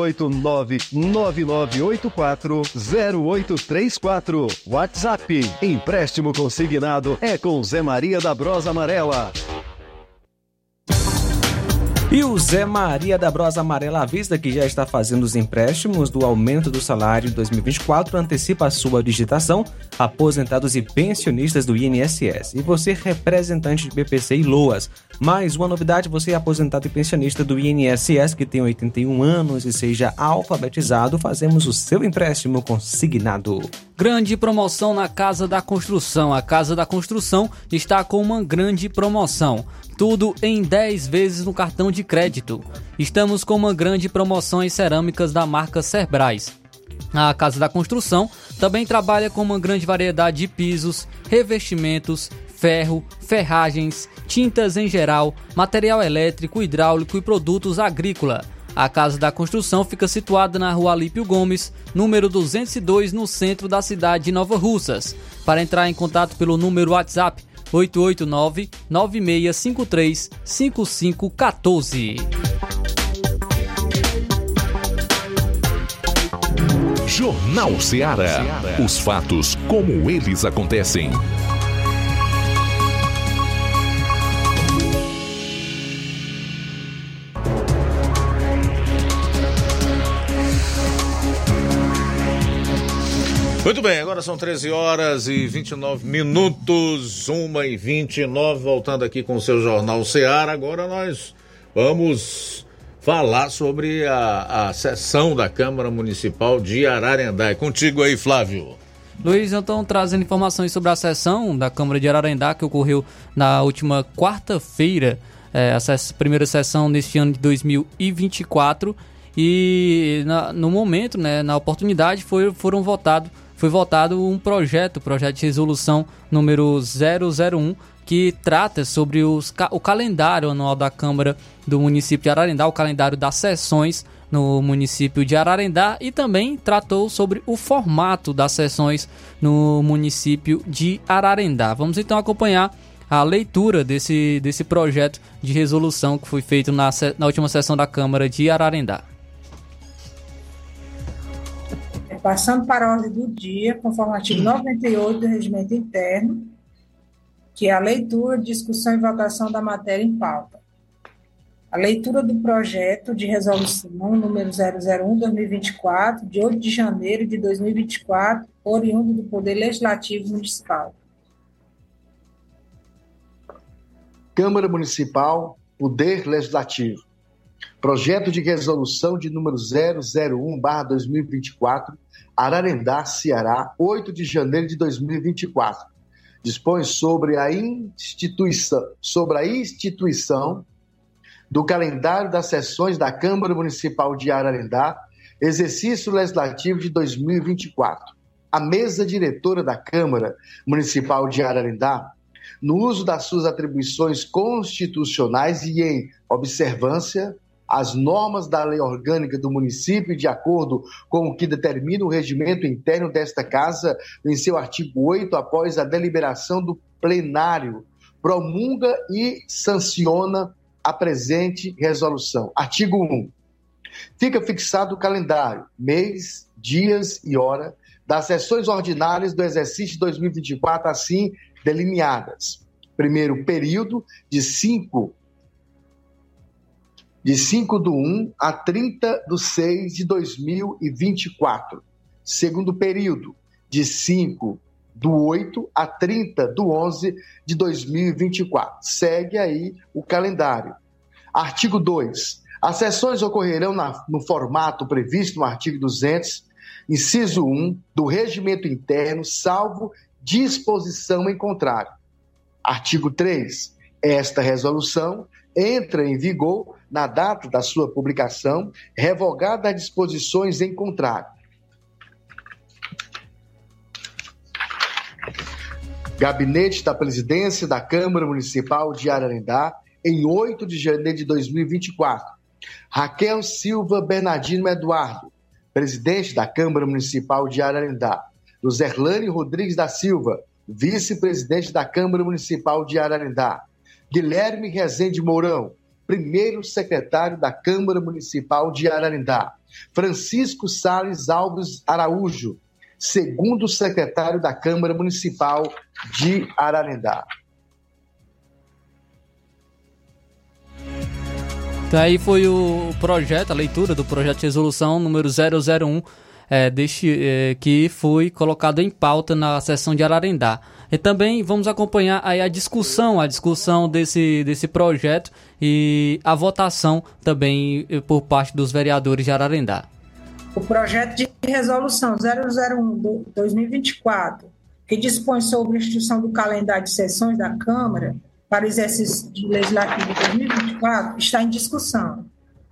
889-9984-0834. WhatsApp: empréstimo consignado é com Zé Maria da Brosa Amarela. E o Zé Maria da Brosa Amarela avisa que já está fazendo os empréstimos do aumento do salário de 2024, antecipa a sua digitação, aposentados e pensionistas do INSS. E você, representante de BPC e Loas. Mais uma novidade: você é aposentado e pensionista do INSS que tem 81 anos e seja alfabetizado, fazemos o seu empréstimo consignado. Grande promoção na Casa da Construção. A Casa da Construção está com uma grande promoção. Tudo em 10 vezes no cartão de crédito. Estamos com uma grande promoção em cerâmicas da marca Cerbrais. A Casa da Construção também trabalha com uma grande variedade de pisos, revestimentos, ferro, ferragens, tintas em geral, material elétrico, hidráulico e produtos agrícola. A Casa da Construção fica situada na Rua Alípio Gomes, número 202, no centro da cidade de Nova Russas. Para entrar em contato pelo número WhatsApp 889-9653-5514. Jornal Ceará. Os fatos como eles acontecem. Muito bem, agora são 13 horas e 29 minutos, 1h29, voltando aqui com o seu Jornal Ceará. Agora nós vamos falar sobre a sessão da Câmara Municipal de Ararendá. É contigo aí, Flávio. Luiz, então, trazendo informações sobre a sessão da Câmara de Ararendá que ocorreu na última quarta-feira, a primeira sessão neste ano de 2024, e no momento, né, na oportunidade, foi votado um projeto de resolução número 001, que trata sobre o calendário anual da Câmara do município de Ararendá, o calendário das sessões no município de Ararendá, e também tratou sobre o formato das sessões no município de Ararendá. Vamos então acompanhar a leitura desse projeto de resolução que foi feito na última sessão da Câmara de Ararendá. Passando para a ordem do dia, conforme o artigo 98 do Regimento Interno, que é a leitura, discussão e votação da matéria em pauta. A leitura do projeto de resolução número 001/2024, de 8 de janeiro de 2024, oriundo do Poder Legislativo Municipal. Câmara Municipal, Poder Legislativo. Projeto de resolução de número 001/2024, Ararendá, Ceará, 8 de janeiro de 2024. Dispõe sobre a instituição do calendário das sessões da Câmara Municipal de Ararendá, exercício legislativo de 2024. A mesa diretora da Câmara Municipal de Ararendá, no uso das suas atribuições constitucionais e em observância às normas da lei orgânica do município, de acordo com o que determina o regimento interno desta casa, em seu artigo 8, após a deliberação do plenário, promulga e sanciona a presente resolução. Artigo 1. Fica fixado o calendário, mês, dias e hora das sessões ordinárias do exercício de 2024, assim delineadas. Primeiro período, de 5/1 a 30/6 de 2024. Segundo período, de 5/8 a 30/11 de 2024. Segue aí o calendário. Artigo 2. As sessões ocorrerão no formato previsto no artigo 200, inciso 1, do Regimento Interno, salvo disposição em contrário. Artigo 3. Esta resolução entra em vigor na data da sua publicação, revogada as disposições em contrário. Gabinete da Presidência da Câmara Municipal de Ararendá, em 8 de janeiro de 2024. Raquel Silva Bernardino Eduardo, presidente da Câmara Municipal de Ararendá. Luzerlane Rodrigues da Silva, vice-presidente da Câmara Municipal de Ararendá. Guilherme Rezende Mourão, primeiro secretário da Câmara Municipal de Ararendá. Francisco Salles Alves Araújo, segundo secretário da Câmara Municipal de Ararendá. Então aí foi o projeto, a leitura do projeto de resolução número 001, que foi colocado em pauta na sessão de Ararendá. E também vamos acompanhar aí a discussão desse projeto e a votação também por parte dos vereadores de Ararendá. O projeto de resolução 001/2024, que dispõe sobre a instituição do calendário de sessões da Câmara para o exercício legislativo de 2024, está em discussão.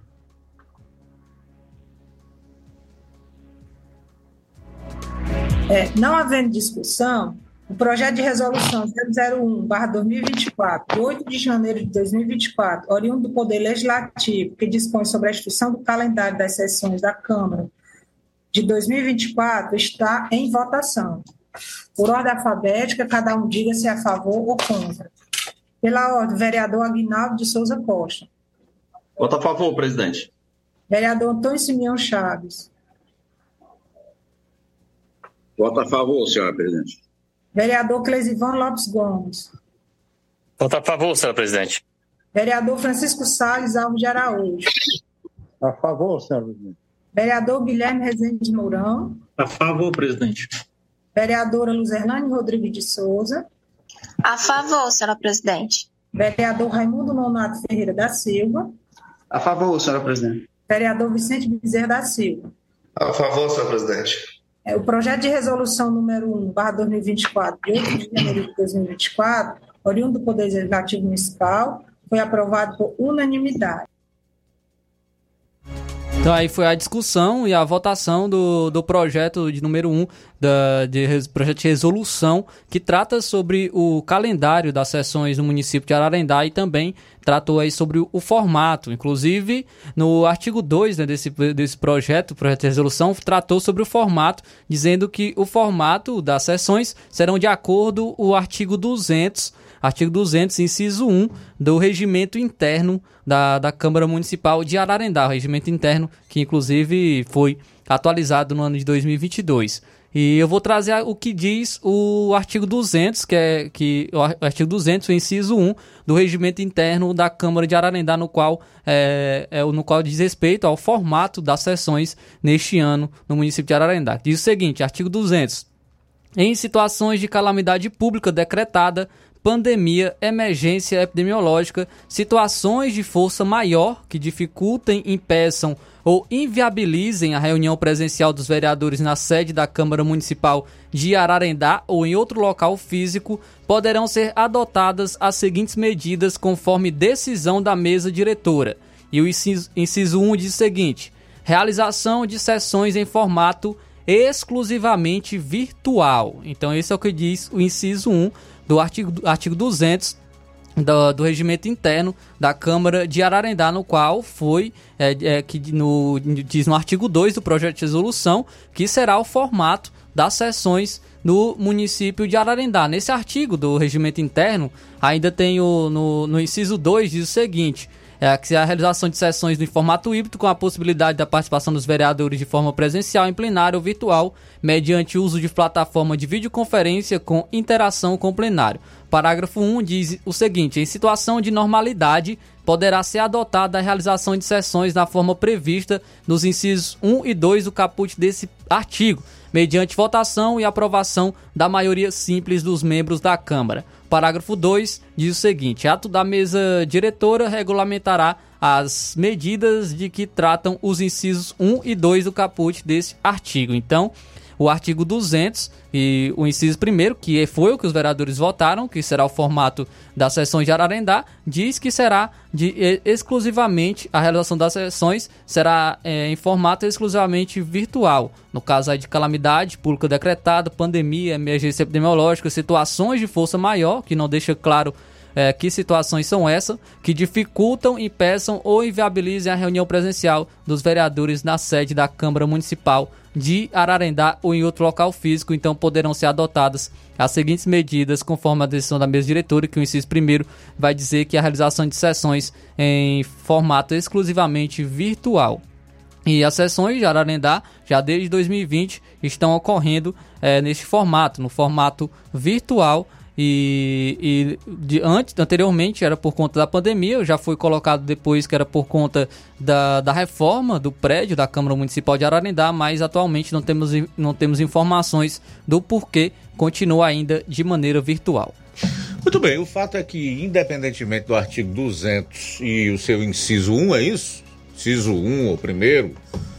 Não havendo discussão, o projeto de resolução 001/2024, de 8 de janeiro de 2024, oriundo do Poder Legislativo, que dispõe sobre a instituição do calendário das sessões da Câmara de 2024, está em votação. Por ordem alfabética, cada um diga se é a favor ou contra. Pela ordem, vereador Aguinaldo de Souza Costa. Voto a favor, presidente. Vereador Antônio Simeão Chaves. Voto a favor, senhora presidente. Vereador Clesivan Lopes Gomes. Voto a favor, senhora presidente. Vereador Francisco Salles Alves de Araújo. A favor, senhora presidente. Vereador Guilherme Rezende Mourão. A favor, presidente. Vereadora Luzerlane Rodrigues de Souza. A favor, senhora presidente. Vereador Raimundo Nonato Ferreira da Silva. A favor, senhora presidente. Vereador Vicente Bezerra da Silva. A favor, senhora presidente. O projeto de resolução número 1/2024, de 8 de janeiro de 2024, oriundo do Poder Legislativo Municipal, foi aprovado por unanimidade. Então aí foi a discussão e a votação do projeto de número 1, projeto de resolução, que trata sobre o calendário das sessões no município de Ararendá e também tratou aí sobre o formato. Inclusive, no artigo 2, né, desse projeto de resolução, tratou sobre o formato, dizendo que o formato das sessões serão de acordo com o artigo 200, inciso 1, do regimento interno da Câmara Municipal de Ararendá, o regimento interno que inclusive foi atualizado no ano de 2022. E eu vou trazer o que diz o artigo 200, o artigo 200, o inciso 1 do regimento interno da Câmara de Ararendá, no qual diz respeito ao formato das sessões neste ano no município de Ararendá. Diz o seguinte, artigo 200. Em situações de calamidade pública decretada, pandemia, emergência epidemiológica, situações de força maior que dificultem, impeçam ou inviabilizem a reunião presencial dos vereadores na sede da Câmara Municipal de Ararendá ou em outro local físico, poderão ser adotadas as seguintes medidas conforme decisão da mesa diretora. E o inciso 1 diz o seguinte: realização de sessões em formato exclusivamente virtual. Então esse é o que diz o inciso 1 do artigo 200 do regimento interno da Câmara de Ararendá, no qual diz no artigo 2 do projeto de resolução que será o formato das sessões no município de Ararendá. Nesse artigo do regimento interno, ainda tem no inciso 2, diz o seguinte: que a realização de sessões em formato híbrido, com a possibilidade da participação dos vereadores de forma presencial, em plenário ou virtual, mediante uso de plataforma de videoconferência com interação com o plenário. Parágrafo 1 diz o seguinte: em situação de normalidade, poderá ser adotada a realização de sessões na forma prevista nos incisos 1 e 2 do caput desse artigo, mediante votação e aprovação da maioria simples dos membros da Câmara. Parágrafo 2 diz o seguinte: ato da mesa diretora regulamentará as medidas de que tratam os incisos 1 e 2 do caput desse artigo. Então, o artigo 200 e o inciso 1º, que foi o que os vereadores votaram, que será o formato das sessões de Ararendá, diz que será exclusivamente, a realização das sessões será em formato exclusivamente virtual. No caso aí de calamidade pública decretada, pandemia, emergência epidemiológica, situações de força maior, que não deixa claro que situações são essas, que dificultam, impeçam ou inviabilizem a reunião presencial dos vereadores na sede da Câmara Municipal de Ararendá ou em outro local físico. Então poderão ser adotadas as seguintes medidas conforme a decisão da mesa diretora, que o inciso 1º vai dizer que a realização de sessões em formato exclusivamente virtual. E as sessões de Ararendá, já desde 2020, estão ocorrendo neste formato, no formato virtual. Anteriormente era por conta da pandemia, já foi colocado depois que era por conta da reforma do prédio da Câmara Municipal de Ararendá, mas atualmente não temos informações do porquê continua ainda de maneira virtual. Muito bem, o fato é que, independentemente do artigo 200 e o seu inciso 1, é isso? Inciso 1, o primeiro,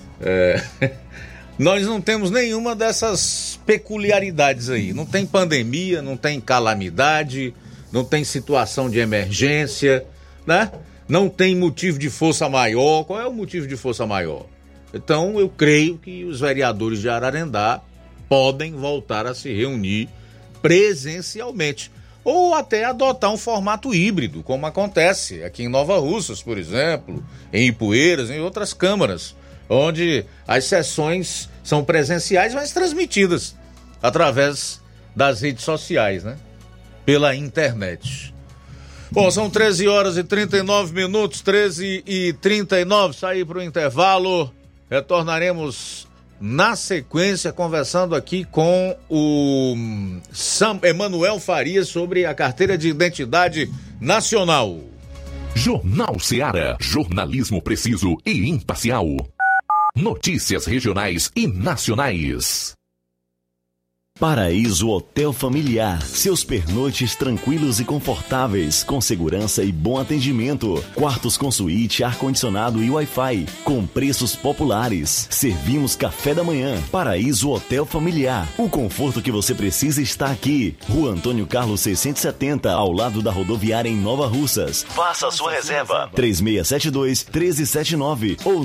nós não temos nenhuma dessas peculiaridades aí. Não tem pandemia, não tem calamidade, não tem situação de emergência, né? Não tem motivo de força maior. Qual é o motivo de força maior? Então, eu creio que os vereadores de Ararendá podem voltar a se reunir presencialmente ou até adotar um formato híbrido, como acontece aqui em Nova Russas, por exemplo, em Ipueiras, em outras câmaras, onde as sessões são presenciais, mas transmitidas através das redes sociais, né? Pela internet. Bom, são 13 horas e 39 minutos, 13 e 39, sair para o intervalo. Retornaremos na sequência conversando aqui com o Emanuel Farias sobre a carteira de identidade nacional. Jornal Ceará, jornalismo preciso e imparcial. Notícias regionais e nacionais. Paraíso Hotel Familiar. Seus pernoites tranquilos e confortáveis, com segurança e bom atendimento. Quartos com suíte, ar-condicionado e Wi-Fi, com preços populares. Servimos café da manhã. Paraíso Hotel Familiar. O conforto que você precisa está aqui. Rua Antônio Carlos 670, ao lado da rodoviária em Nova Russas. Faça a sua reserva. 3672-1379 ou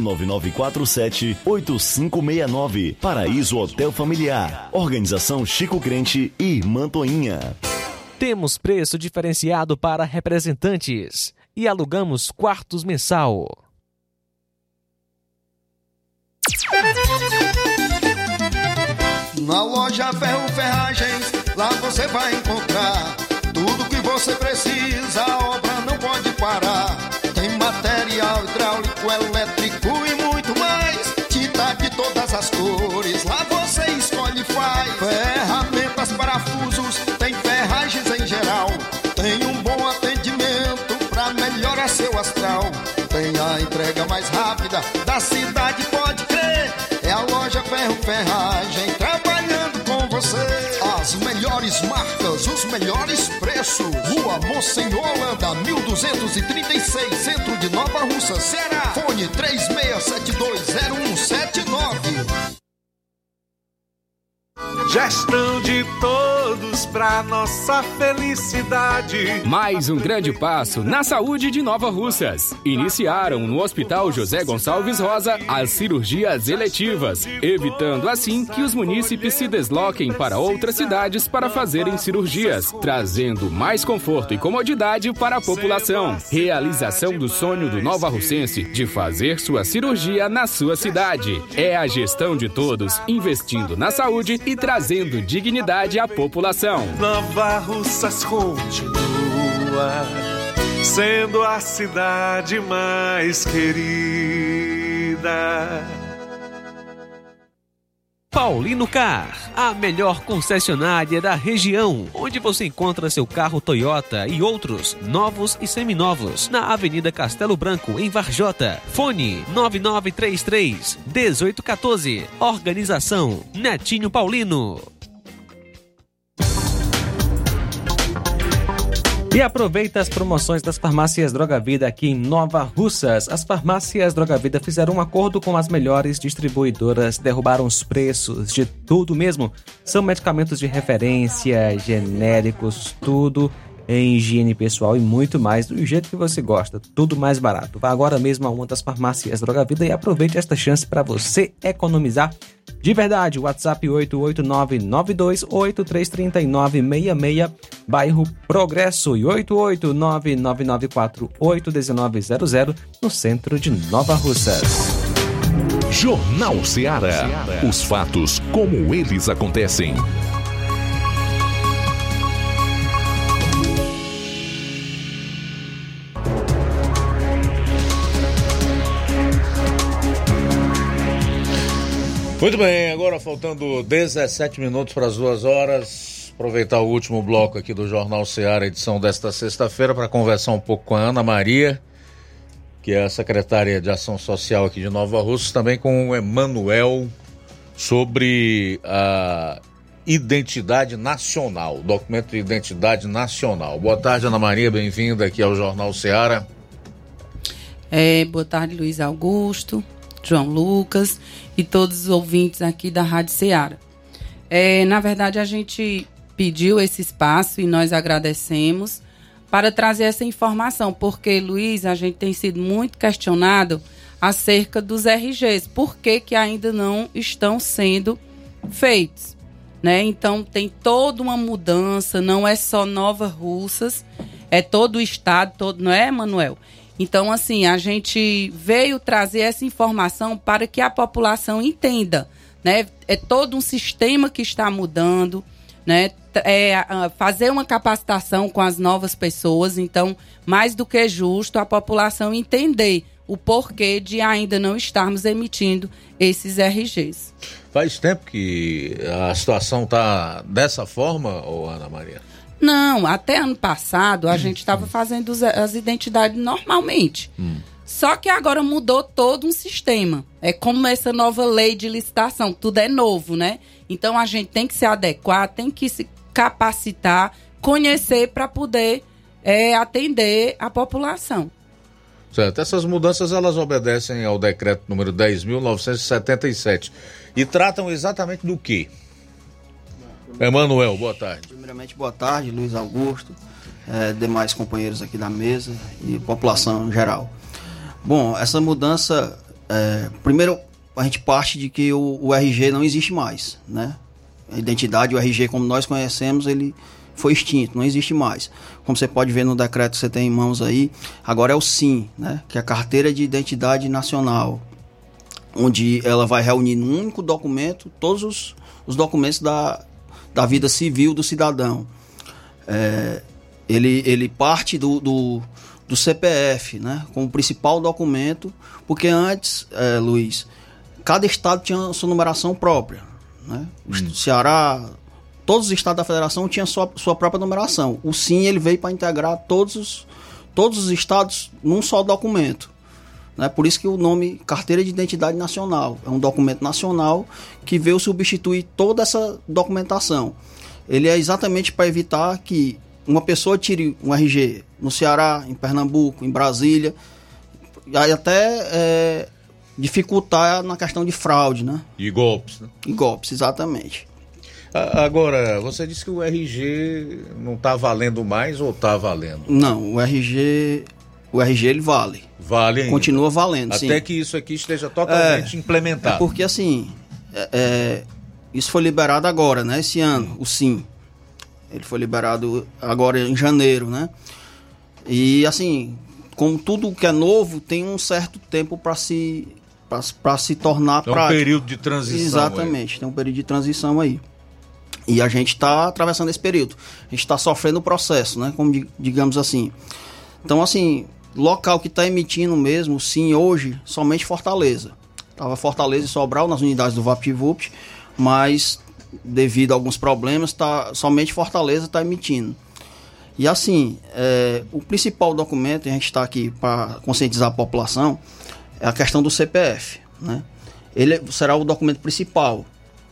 9947-8569. Paraíso Hotel Familiar. Organização Chico Crente e Mantoinha. Temos preço diferenciado para representantes e alugamos quartos mensal. Na loja Ferro Ferragens, lá você vai encontrar tudo que você precisa, a obra não pode parar. Tem material hidráulico, elétrico e muito mais, tinta de todas diversas cores, lá você escolhe e faz. Ferramentas, parafusos, tem ferragens em geral. Tem um bom atendimento pra melhorar seu astral. Tem a entrega mais rápida da cidade, pode crer. É a loja Ferro Ferragem trabalhando com você. As melhores marcas, os melhores preços. Rua Monsenhor Holanda, 1236, centro de Nova Russa, Ceará. Fone 36720179. Gestão de todos para nossa felicidade. Mais um grande passo na saúde de Nova Russas. Iniciaram no Hospital José Gonçalves Rosa as cirurgias eletivas, evitando assim que os munícipes se desloquem para outras cidades para fazerem cirurgias, trazendo mais conforto e comodidade para a população. Realização do sonho do Nova Russense de fazer sua cirurgia na sua cidade. É a gestão de todos, investindo na saúde e trazendo dignidade à população. Nova Russas continua sendo a cidade mais querida. Paulino Car, a melhor concessionária da região, onde você encontra seu carro Toyota e outros, novos e seminovos, na Avenida Castelo Branco, em Varjota. Fone 9933-1814. Organização Netinho Paulino. E aproveita as promoções das farmácias Droga Vida aqui em Nova Russas. As farmácias Droga Vida fizeram um acordo com as melhores distribuidoras, derrubaram os preços de tudo mesmo. São medicamentos de referência, genéricos, tudo em higiene pessoal e muito mais, do jeito que você gosta, tudo mais barato. Vá agora mesmo a uma das farmácias Droga Vida e aproveite esta chance para você economizar de verdade. WhatsApp 889-92833966, bairro Progresso, e 889-9948-1900, no centro de Nova Russas. Jornal Ceará. Os fatos como eles acontecem. Muito bem, agora faltando 17 minutos para as 2 horas, aproveitar o último bloco aqui do Jornal Ceará, edição desta sexta-feira, para conversar um pouco com a Ana Maria, que é a secretária de Ação Social aqui de Nova Russas, também com o Emanuel, sobre a identidade nacional, documento de identidade nacional. Boa tarde, Ana Maria, bem-vinda aqui ao Jornal Ceará. Boa tarde, Luiz Augusto, João Lucas e todos os ouvintes aqui da Rádio Ceará. Na verdade, a gente pediu esse espaço e nós agradecemos para trazer essa informação, porque, Luiz, a gente tem sido muito questionado acerca dos RGs, por que ainda não estão sendo feitos, né? Então, tem toda uma mudança, não é só Nova Russas, é todo o estado, não é, Manuel? Então, assim, a gente veio trazer essa informação para que a população entenda, né? É todo um sistema que está mudando, né? Fazer uma capacitação com as novas pessoas. Então, mais do que justo a população entender o porquê de ainda não estarmos emitindo esses RGs. Faz tempo que a situação está dessa forma, ô Ana Maria? Não, até ano passado a gente estava fazendo as identidades normalmente. Só que agora mudou todo um sistema. É como essa nova lei de licitação, tudo é novo, né? Então a gente tem que se adequar, tem que se capacitar, conhecer para poder atender a população. Certo, essas mudanças elas obedecem ao decreto número 10.977 e tratam exatamente do quê? Emanuel, boa tarde. Primeiramente, boa tarde, Luiz Augusto, demais companheiros aqui da mesa e população em geral. Bom, essa mudança, primeiro a gente parte de que o RG não existe mais, né? A identidade, o RG como nós conhecemos, ele foi extinto, não existe mais. Como você pode ver no decreto que você tem em mãos aí, agora é o SIM, né? Que é a Carteira de Identidade Nacional, onde ela vai reunir num único documento todos os documentos da vida civil do cidadão. Ele parte do CPF, né, como principal documento, porque antes, Luiz, cada estado tinha sua numeração própria, né? O Ceará, todos os estados da federação tinham sua própria numeração. O SIM, ele veio para integrar todos os estados num só documento, né? Por isso que o nome Carteira de Identidade Nacional é um documento nacional que veio substituir toda essa documentação. Ele é exatamente para evitar que uma pessoa tire um RG no Ceará, em Pernambuco, em Brasília, e aí até dificultar na questão de fraude, né? E golpes, né? E golpes, exatamente. Agora, você disse que o RG não está valendo mais ou está valendo? Não, o RG ele vale. Vale ainda. Continua valendo, até sim. Até que isso aqui esteja totalmente implementado. Porque assim, isso foi liberado agora, né? Esse ano, o SIM. Ele foi liberado agora em janeiro, né? E assim, como tudo que é novo, tem um certo tempo para se tornar prático. É um período de transição. Exatamente, tem um período de transição aí. E a gente está atravessando esse período. A gente está sofrendo o processo, né? Como digamos assim. Então, assim, local que está emitindo mesmo, sim, hoje, somente Fortaleza. Estava Fortaleza e Sobral nas unidades do VaptVupt, mas devido a alguns problemas, somente Fortaleza está emitindo. E assim, o principal documento, e a gente está aqui para conscientizar a população, é a questão do CPF, né? Ele será o documento principal.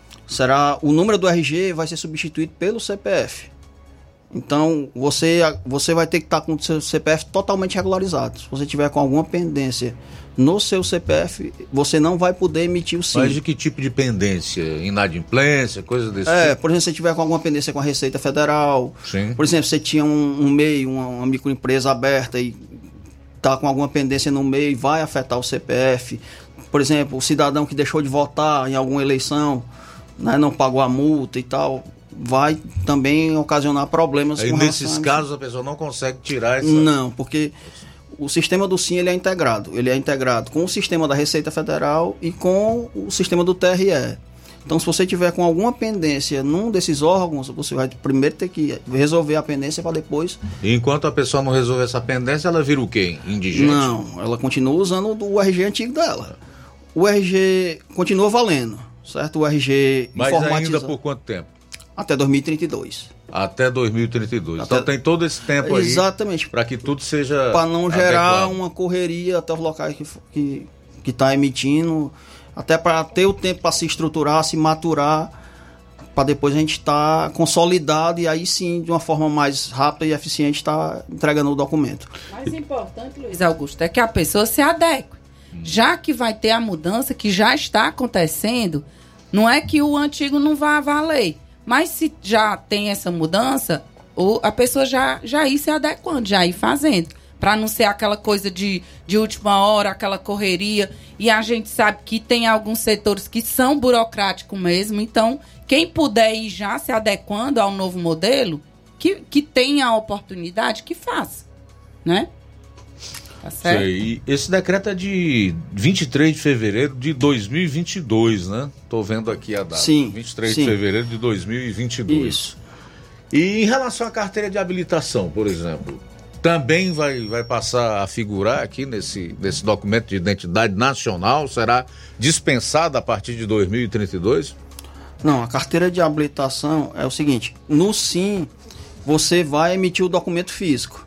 O número do RG vai ser substituído pelo CPF. Então, você vai ter que estar com o seu CPF totalmente regularizado. Se você tiver com alguma pendência no seu CPF, você não vai poder emitir o SIM. Mas de que tipo de pendência? Inadimplência, coisa desse tipo? Por exemplo, se você tiver com alguma pendência com a Receita Federal, sim. Por exemplo, você tinha um MEI, uma microempresa aberta e está com alguma pendência no MEI, vai afetar o CPF. Por exemplo, o cidadão que deixou de votar em alguma eleição, né, não pagou a multa e tal, vai também ocasionar problemas. Aí, nesses casos, a pessoa não consegue tirar essa... Não, porque o sistema do SIM ele é integrado com o sistema da Receita Federal e com o sistema do TRE. Então, se você tiver com alguma pendência num desses órgãos, você vai primeiro ter que resolver a pendência para depois... E enquanto a pessoa não resolver essa pendência, ela vira o quê? Indigente? Não, ela continua usando o RG antigo dela. O RG continua valendo, certo? O RG informatizado. Mas ainda por quanto tempo? Até 2032. Até 2032. Então tem todo esse tempo aí. Exatamente. Para que tudo seja para não gerar uma correria até os locais que está emitindo, até para ter o tempo para se estruturar, se maturar, para depois a gente estar consolidado e aí sim, de uma forma mais rápida e eficiente, estar entregando o documento. O mais importante, Luiz Augusto, é que a pessoa se adeque. Já que vai ter a mudança que já está acontecendo, não é que o antigo não vá valer. Mas se já tem essa mudança, a pessoa já ir se adequando, já ir fazendo. Para não ser aquela coisa de última hora, aquela correria. E a gente sabe que tem alguns setores que são burocráticos mesmo. Então, quem puder ir já se adequando ao novo modelo, que tenha a oportunidade, que faça, né? Tá certo? E esse decreto é de 23 de fevereiro de 2022, né? Tô vendo aqui a data. Sim. 23 de fevereiro de 2022. Isso. E em relação à carteira de habilitação, por exemplo, também vai passar a figurar aqui nesse documento de identidade nacional? Será dispensada a partir de 2032? Não, a carteira de habilitação é o seguinte: no SIM, você vai emitir o documento físico.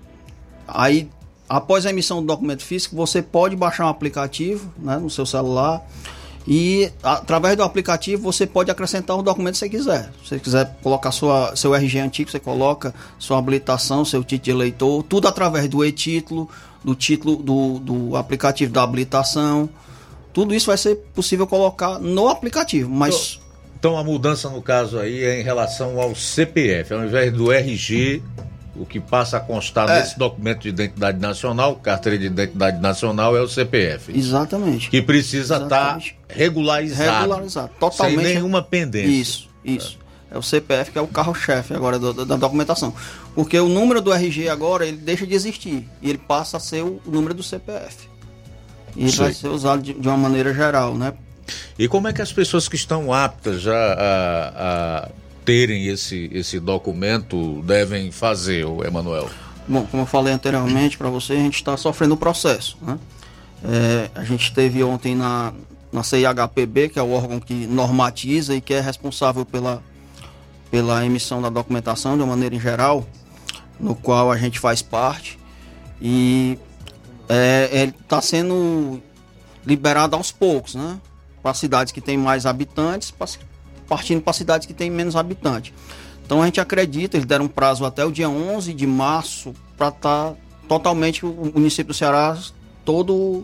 Aí, após a emissão do documento físico, você pode baixar um aplicativo, né, no seu celular e, através do aplicativo, você pode acrescentar o documento que você quiser. Se você quiser colocar seu RG antigo, você coloca sua habilitação, seu título de eleitor, tudo através do e-título, do título do aplicativo da habilitação. Tudo isso vai ser possível colocar no aplicativo, mas... Então a mudança no caso aí é em relação ao CPF, ao invés do RG... O que passa a constar nesse documento de identidade nacional, carteira de identidade nacional, é o CPF. Exatamente. Que precisa estar regularizado. Regularizado, totalmente. Sem nenhuma pendência. Isso. É o CPF que é o carro-chefe agora da documentação. Porque o número do RG agora, ele deixa de existir. E ele passa a ser o número do CPF. E ele vai ser usado de uma maneira geral, né? E como é que as pessoas que estão aptas já a terem esse documento devem fazer, Emanuel? Bom, como eu falei anteriormente para você, a gente está sofrendo o processo, né? A gente teve ontem na CIHPB, que é o órgão que normatiza e que é responsável pela emissão da documentação de uma maneira em geral, no qual a gente faz parte, e está sendo liberado aos poucos, né? Para cidades que têm mais habitantes, partindo para cidades que têm menos habitantes. Então a gente acredita, eles deram um prazo até o dia 11 de março para estar totalmente o município do Ceará, todos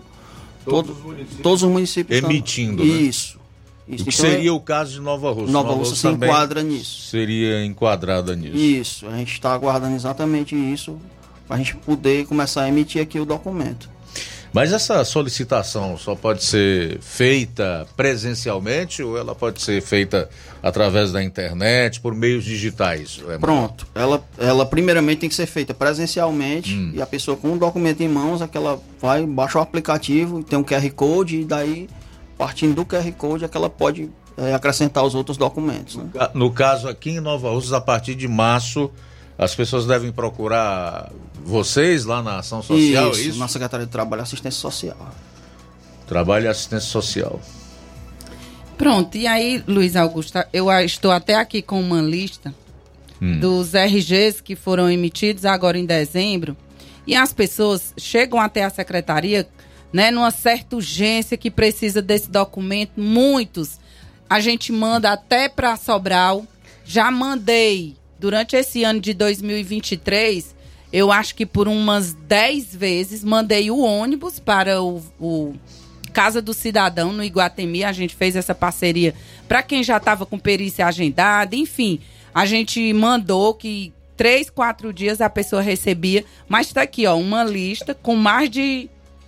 os municípios emitindo, isso. O que seria o caso de Nova Russa. Nova Russa se enquadra nisso. Seria enquadrada nisso. Isso, a gente está aguardando exatamente isso para a gente poder começar a emitir aqui o documento. Mas essa solicitação só pode ser feita presencialmente ou ela pode ser feita através da internet, por meios digitais? Pronto, ela primeiramente tem que ser feita presencialmente e a pessoa com o documento em mãos é que ela vai, baixa o aplicativo, tem um QR Code e daí, partindo do QR Code, é que ela pode acrescentar os outros documentos. Né? No caso aqui em Nova Russa, a partir de março, as pessoas devem procurar vocês lá na Ação Social, isso? Na Secretaria de Trabalho e Assistência Social. Trabalho e Assistência Social. Pronto, e aí, Luiz Augusto, eu estou até aqui com uma lista dos RGs que foram emitidos agora em dezembro, e as pessoas chegam até a Secretaria, né, numa certa urgência que precisa desse documento, muitos. A gente manda até para Sobral, já mandei. Durante esse ano de 2023, eu acho que por umas 10 vezes, mandei o ônibus para o Casa do Cidadão, no Iguatemi. A gente fez essa parceria para quem já estava com perícia agendada. Enfim, a gente mandou que 3, 4 dias a pessoa recebia. Mas está aqui, ó, uma lista com mais de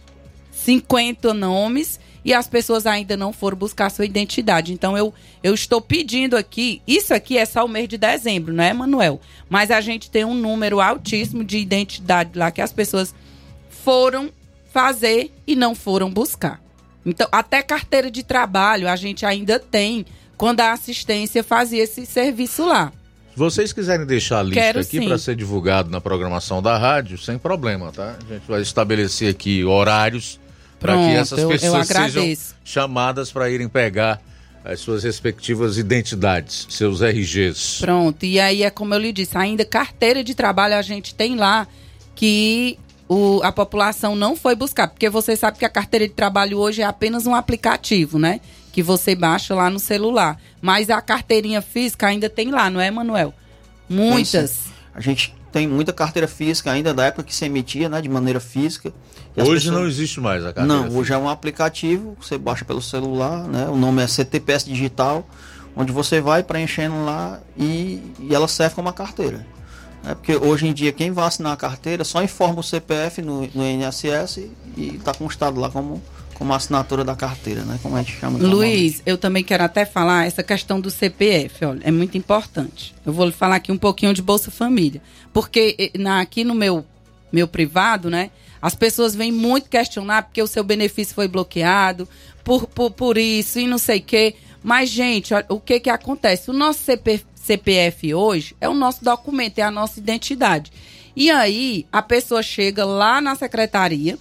50 nomes e as pessoas ainda não foram buscar sua identidade. Então, eu estou pedindo aqui, isso aqui é só o mês de dezembro, não é, Manuel? Mas a gente tem um número altíssimo de identidade lá que as pessoas foram fazer e não foram buscar. Então, até carteira de trabalho a gente ainda tem quando a assistência fazia esse serviço lá. Se vocês quiserem deixar a lista Quero, aqui sim, para ser divulgado na programação da rádio, sem problema, tá? A gente vai estabelecer aqui horários para que essas pessoas sejam chamadas para irem pegar as suas respectivas identidades, seus RGs. Pronto, e aí é como eu lhe disse, ainda carteira de trabalho a gente tem lá que a população não foi buscar, porque você sabe que a carteira de trabalho hoje é apenas um aplicativo, né? Que você baixa lá no celular. Mas a carteirinha física ainda tem lá, não é, Manuel? Muitas. A gente tem muita carteira física ainda da época que se emitia, né? De maneira física. Hoje não existe mais a carteira física. Não, hoje é um aplicativo, você baixa pelo celular, né? O nome é CTPS Digital, onde você vai preenchendo lá e ela serve como uma carteira. Porque hoje em dia quem vai assinar a carteira só informa o CPF no INSS e está constado lá como a assinatura da carteira, né? Como a gente chama. Luiz, eu também quero até falar essa questão do CPF, olha, é muito importante. Eu vou lhe falar aqui um pouquinho de Bolsa Família, porque aqui no meu privado, né? As pessoas vêm muito questionar porque o seu benefício foi bloqueado, por isso e não sei o quê. Mas, gente, olha, o que acontece? O nosso CPF hoje é o nosso documento, é a nossa identidade. E aí, a pessoa chega lá na secretaria.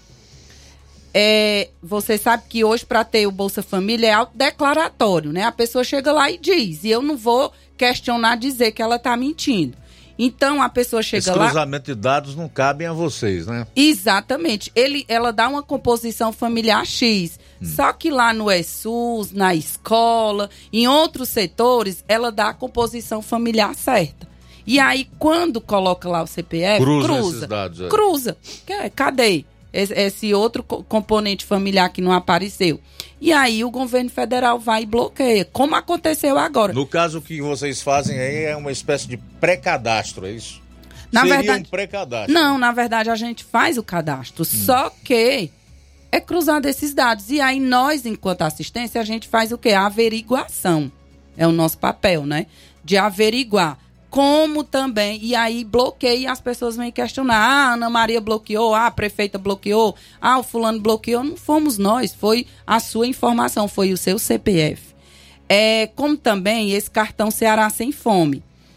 Você sabe que hoje, para ter o Bolsa Família, é autodeclaratório, né? A pessoa chega lá e diz. E eu não vou questionar, dizer que ela está mentindo. Então, a pessoa chega lá... Esse cruzamento de dados não cabem a vocês, né? Exatamente. Ela dá uma composição familiar X. Só que lá no ESUS, na escola, em outros setores, ela dá a composição familiar certa. E aí, quando coloca lá o CPF, cruza. Esses dados, cruza. Cadê esse outro componente familiar que não apareceu? E aí o governo federal vai e bloqueia, como aconteceu agora. No caso, o que vocês fazem aí é uma espécie de pré-cadastro, é isso? Seria um pré-cadastro. Não, na verdade a gente faz o cadastro, só que é cruzado esses dados. E aí nós, enquanto assistência, a gente faz o quê? A averiguação. É o nosso papel, né? De averiguar. Como também, e aí bloqueia e as pessoas vêm questionar. A Ana Maria bloqueou, a prefeita bloqueou, o fulano bloqueou. Não fomos nós, foi a sua informação, foi o seu CPF. Como também esse cartão Ceará Sem Fome.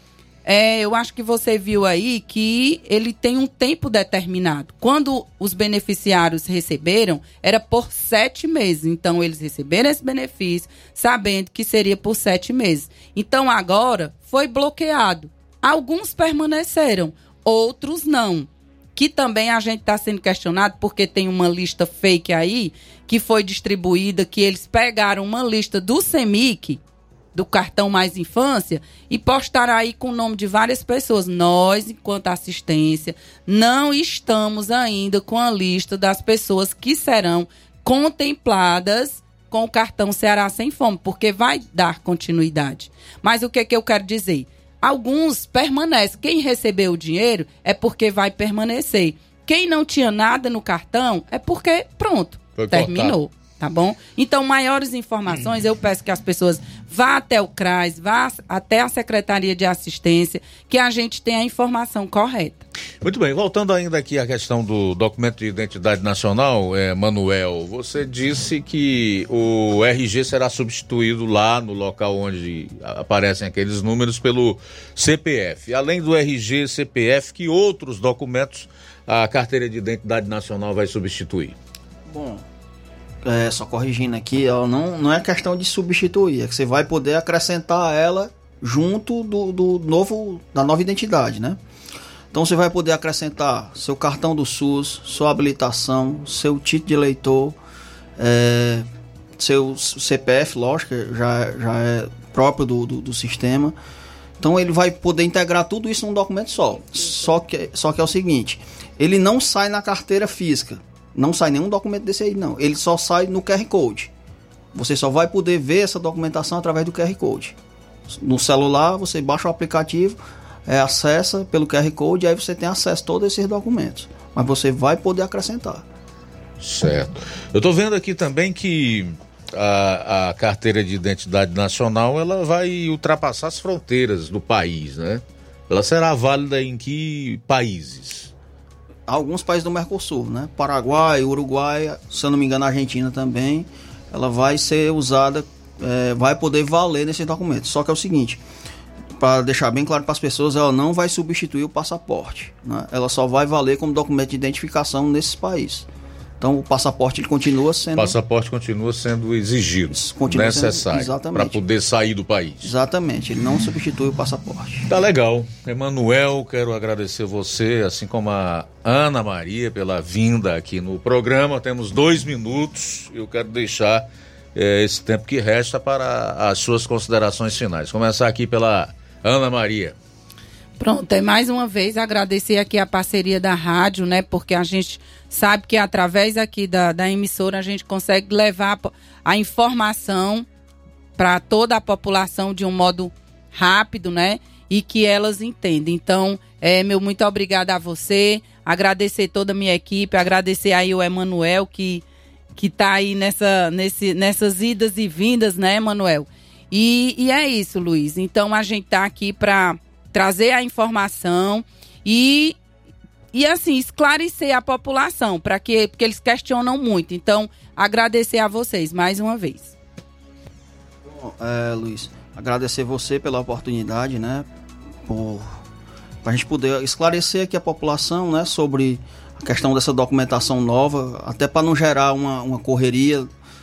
eu acho que você viu aí que ele tem um tempo determinado. Quando os beneficiários receberam, era por 7 meses. Então, eles receberam esse benefício sabendo que seria por 7 meses. Então, agora foi bloqueado. Alguns permaneceram, outros não. Que também a gente está sendo questionado porque tem uma lista fake aí que foi distribuída, que eles pegaram uma lista do CEMIC, do cartão Mais Infância, e postaram aí com o nome de várias pessoas. Nós, enquanto assistência, não estamos ainda com a lista das pessoas que serão contempladas com o cartão Ceará Sem Fome, porque vai dar continuidade. Mas o que eu quero dizer? Alguns permanecem. Quem recebeu o dinheiro é porque vai permanecer. Quem não tinha nada no cartão é porque, pronto, terminou. Tá bom? Então, maiores informações, eu peço que as pessoas vá até o CRAS, vá até a Secretaria de Assistência, que a gente tenha a informação correta. Muito bem, voltando ainda aqui à questão do documento de identidade nacional, Manuel, você disse que o RG será substituído lá no local onde aparecem aqueles números pelo CPF. Além do RG, CPF, que outros documentos a carteira de identidade nacional vai substituir? Bom, só corrigindo aqui, ela não é questão de substituir, é que você vai poder acrescentar ela junto da nova identidade, né? Então você vai poder acrescentar seu cartão do SUS, sua habilitação, seu título de eleitor, seu CPF, lógico, já é próprio do sistema. Então ele vai poder integrar tudo isso num documento só. Só que é o seguinte, ele não sai na carteira física. Não sai nenhum documento desse aí, não. Ele só sai no QR Code. Você só vai poder ver essa documentação através do QR Code. No celular, você baixa o aplicativo, acessa pelo QR Code, aí você tem acesso a todos esses documentos. Mas você vai poder acrescentar. Certo. Eu estou vendo aqui também que a carteira de identidade nacional, ela vai ultrapassar as fronteiras do país, né? Ela será válida em que países? Alguns países do Mercosul, né? Paraguai, Uruguai, se eu não me engano, a Argentina também, ela vai ser usada, vai poder valer nesses documentos. Só que é o seguinte, para deixar bem claro para as pessoas, ela não vai substituir o passaporte, né? Ela só vai valer como documento de identificação nesses países. Então o passaporte ele continua sendo... O passaporte continua sendo exigido, necessário, para poder sair do país. Exatamente, ele não substitui o passaporte. Tá legal. Emanuel, quero agradecer você, assim como a Ana Maria, pela vinda aqui no programa. Temos 2 minutos, eu quero deixar esse tempo que resta para as suas considerações finais. Começar aqui pela Ana Maria. Pronto, mais uma vez agradecer aqui a parceria da rádio, né? Porque a gente sabe que através aqui da emissora a gente consegue levar a informação para toda a população de um modo rápido, né? E que elas entendem. Então, meu muito obrigada a você, agradecer toda a minha equipe, agradecer aí o Emanuel que tá aí nessas idas e vindas, né, Emanuel? E é isso, Luiz. Então, a gente tá aqui para trazer a informação e assim, esclarecer a população, porque eles questionam muito. Então, agradecer a vocês mais uma vez. Bom, Luiz, agradecer você pela oportunidade, né, para a gente poder esclarecer aqui a população, né, sobre a questão dessa documentação nova, até para não gerar uma correria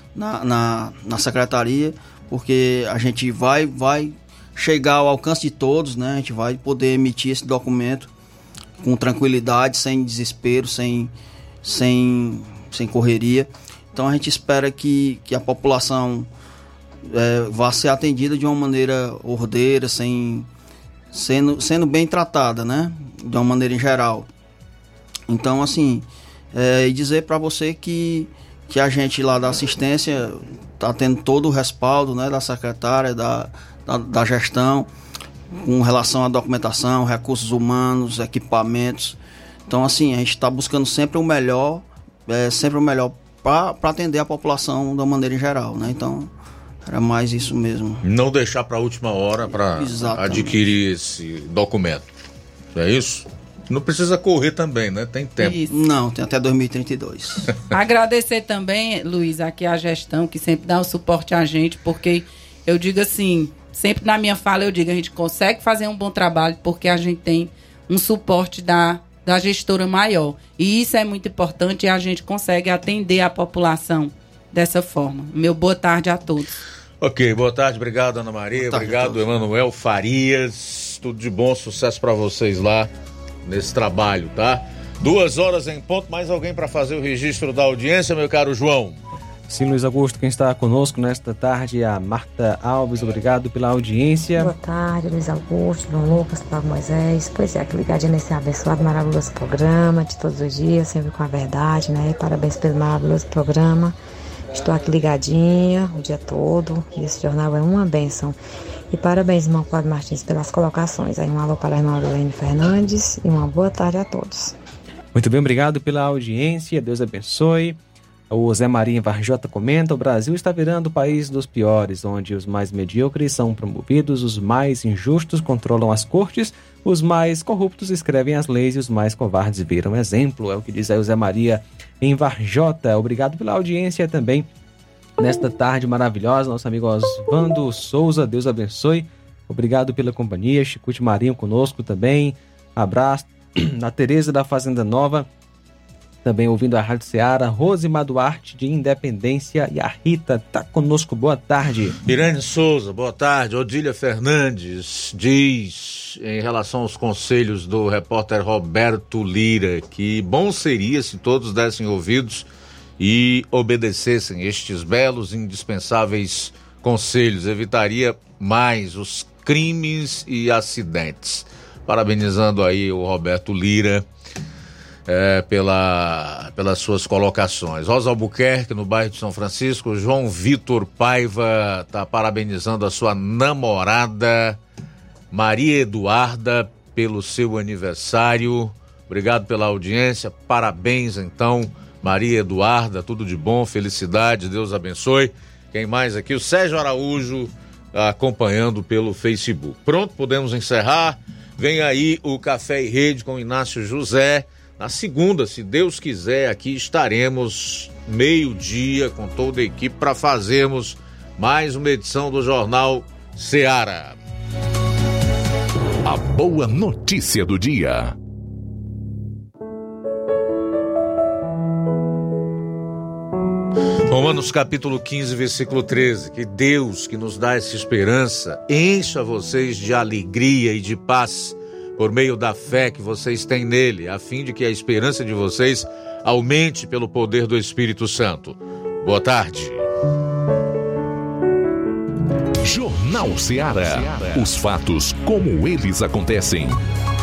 na secretaria, porque a gente vai chegar ao alcance de todos, né? A gente vai poder emitir esse documento com tranquilidade, sem desespero, sem correria. Então a gente espera que a população vá ser atendida de uma maneira ordeira, sendo bem tratada, né? De uma maneira em geral. Então, assim, e dizer para você que a gente lá da assistência está tendo todo o respaldo, né, da secretária, da gestão, com relação à documentação, recursos humanos, equipamentos. Então, assim, a gente está buscando sempre o melhor para atender a população de uma maneira em geral, né? Então, era mais isso mesmo. Não deixar para a última hora para adquirir esse documento. É isso? Não precisa correr também, né? Tem tempo. Isso. Não, tem até 2032. Agradecer também, Luiz, aqui a gestão que sempre dá o suporte a gente, porque eu digo assim, sempre na minha fala eu digo, a gente consegue fazer um bom trabalho porque a gente tem um suporte da gestora maior. E isso é muito importante e a gente consegue atender a população dessa forma. Meu boa tarde a todos. Ok, boa tarde, obrigado Ana Maria, obrigado Emanuel Farias, tudo de bom, sucesso para vocês lá nesse trabalho, tá? 2h em ponto, mais alguém para fazer o registro da audiência, meu caro João? Sim, Luiz Augusto, quem está conosco nesta tarde é a Marta Alves, obrigado pela audiência. Boa tarde, Luiz Augusto, João Lucas, Paulo Moisés. Pois é, aqui ligadinho nesse abençoado, maravilhoso programa de todos os dias, sempre com a verdade, né? Parabéns pelo maravilhoso programa. Estou aqui ligadinha o dia todo e esse jornal é uma bênção. E parabéns, irmão Cláudio Martins, pelas colocações. Aí um alô para a irmã Lorene Fernandes e uma boa tarde a todos. Muito bem, obrigado pela audiência, Deus abençoe. O Zé Maria em Varjota comenta: o Brasil está virando o país dos piores, onde os mais medíocres são promovidos, os mais injustos controlam as cortes, os mais corruptos escrevem as leis e os mais covardes viram exemplo. É o que diz aí o Zé Maria em Varjota. Obrigado pela audiência também nesta tarde maravilhosa. Nosso amigo Oswaldo Souza, Deus abençoe. Obrigado pela companhia. Chicute Marinho conosco também. Abraço. A Tereza da Fazenda Nova também ouvindo a Rádio Ceará. Rosimar Duarte de Independência e a Rita tá conosco, boa tarde. Irene Souza, boa tarde. Odília Fernandes diz em relação aos conselhos do repórter Roberto Lira que bom seria se todos dessem ouvidos e obedecessem estes belos e indispensáveis conselhos, evitaria mais os crimes e acidentes. Parabenizando aí o Roberto Lira pelas suas colocações. Rosa Albuquerque, no bairro de São Francisco. João Vitor Paiva está parabenizando a sua namorada Maria Eduarda pelo seu aniversário. Obrigado pela audiência, parabéns então Maria Eduarda, tudo de bom, felicidade, Deus abençoe. Quem mais aqui? O Sérgio Araújo acompanhando pelo Facebook. Pronto, podemos encerrar. Vem aí o Café e Rede com Inácio José. Na segunda, se Deus quiser, aqui estaremos meio-dia com toda a equipe para fazermos mais uma edição do Jornal Ceará. A boa notícia do dia. Romanos capítulo 15, versículo 13. Que Deus, que nos dá essa esperança, encha vocês de alegria e de paz por meio da fé que vocês têm nele, a fim de que a esperança de vocês aumente pelo poder do Espírito Santo. Boa tarde. Jornal Ceará. Os fatos como eles acontecem.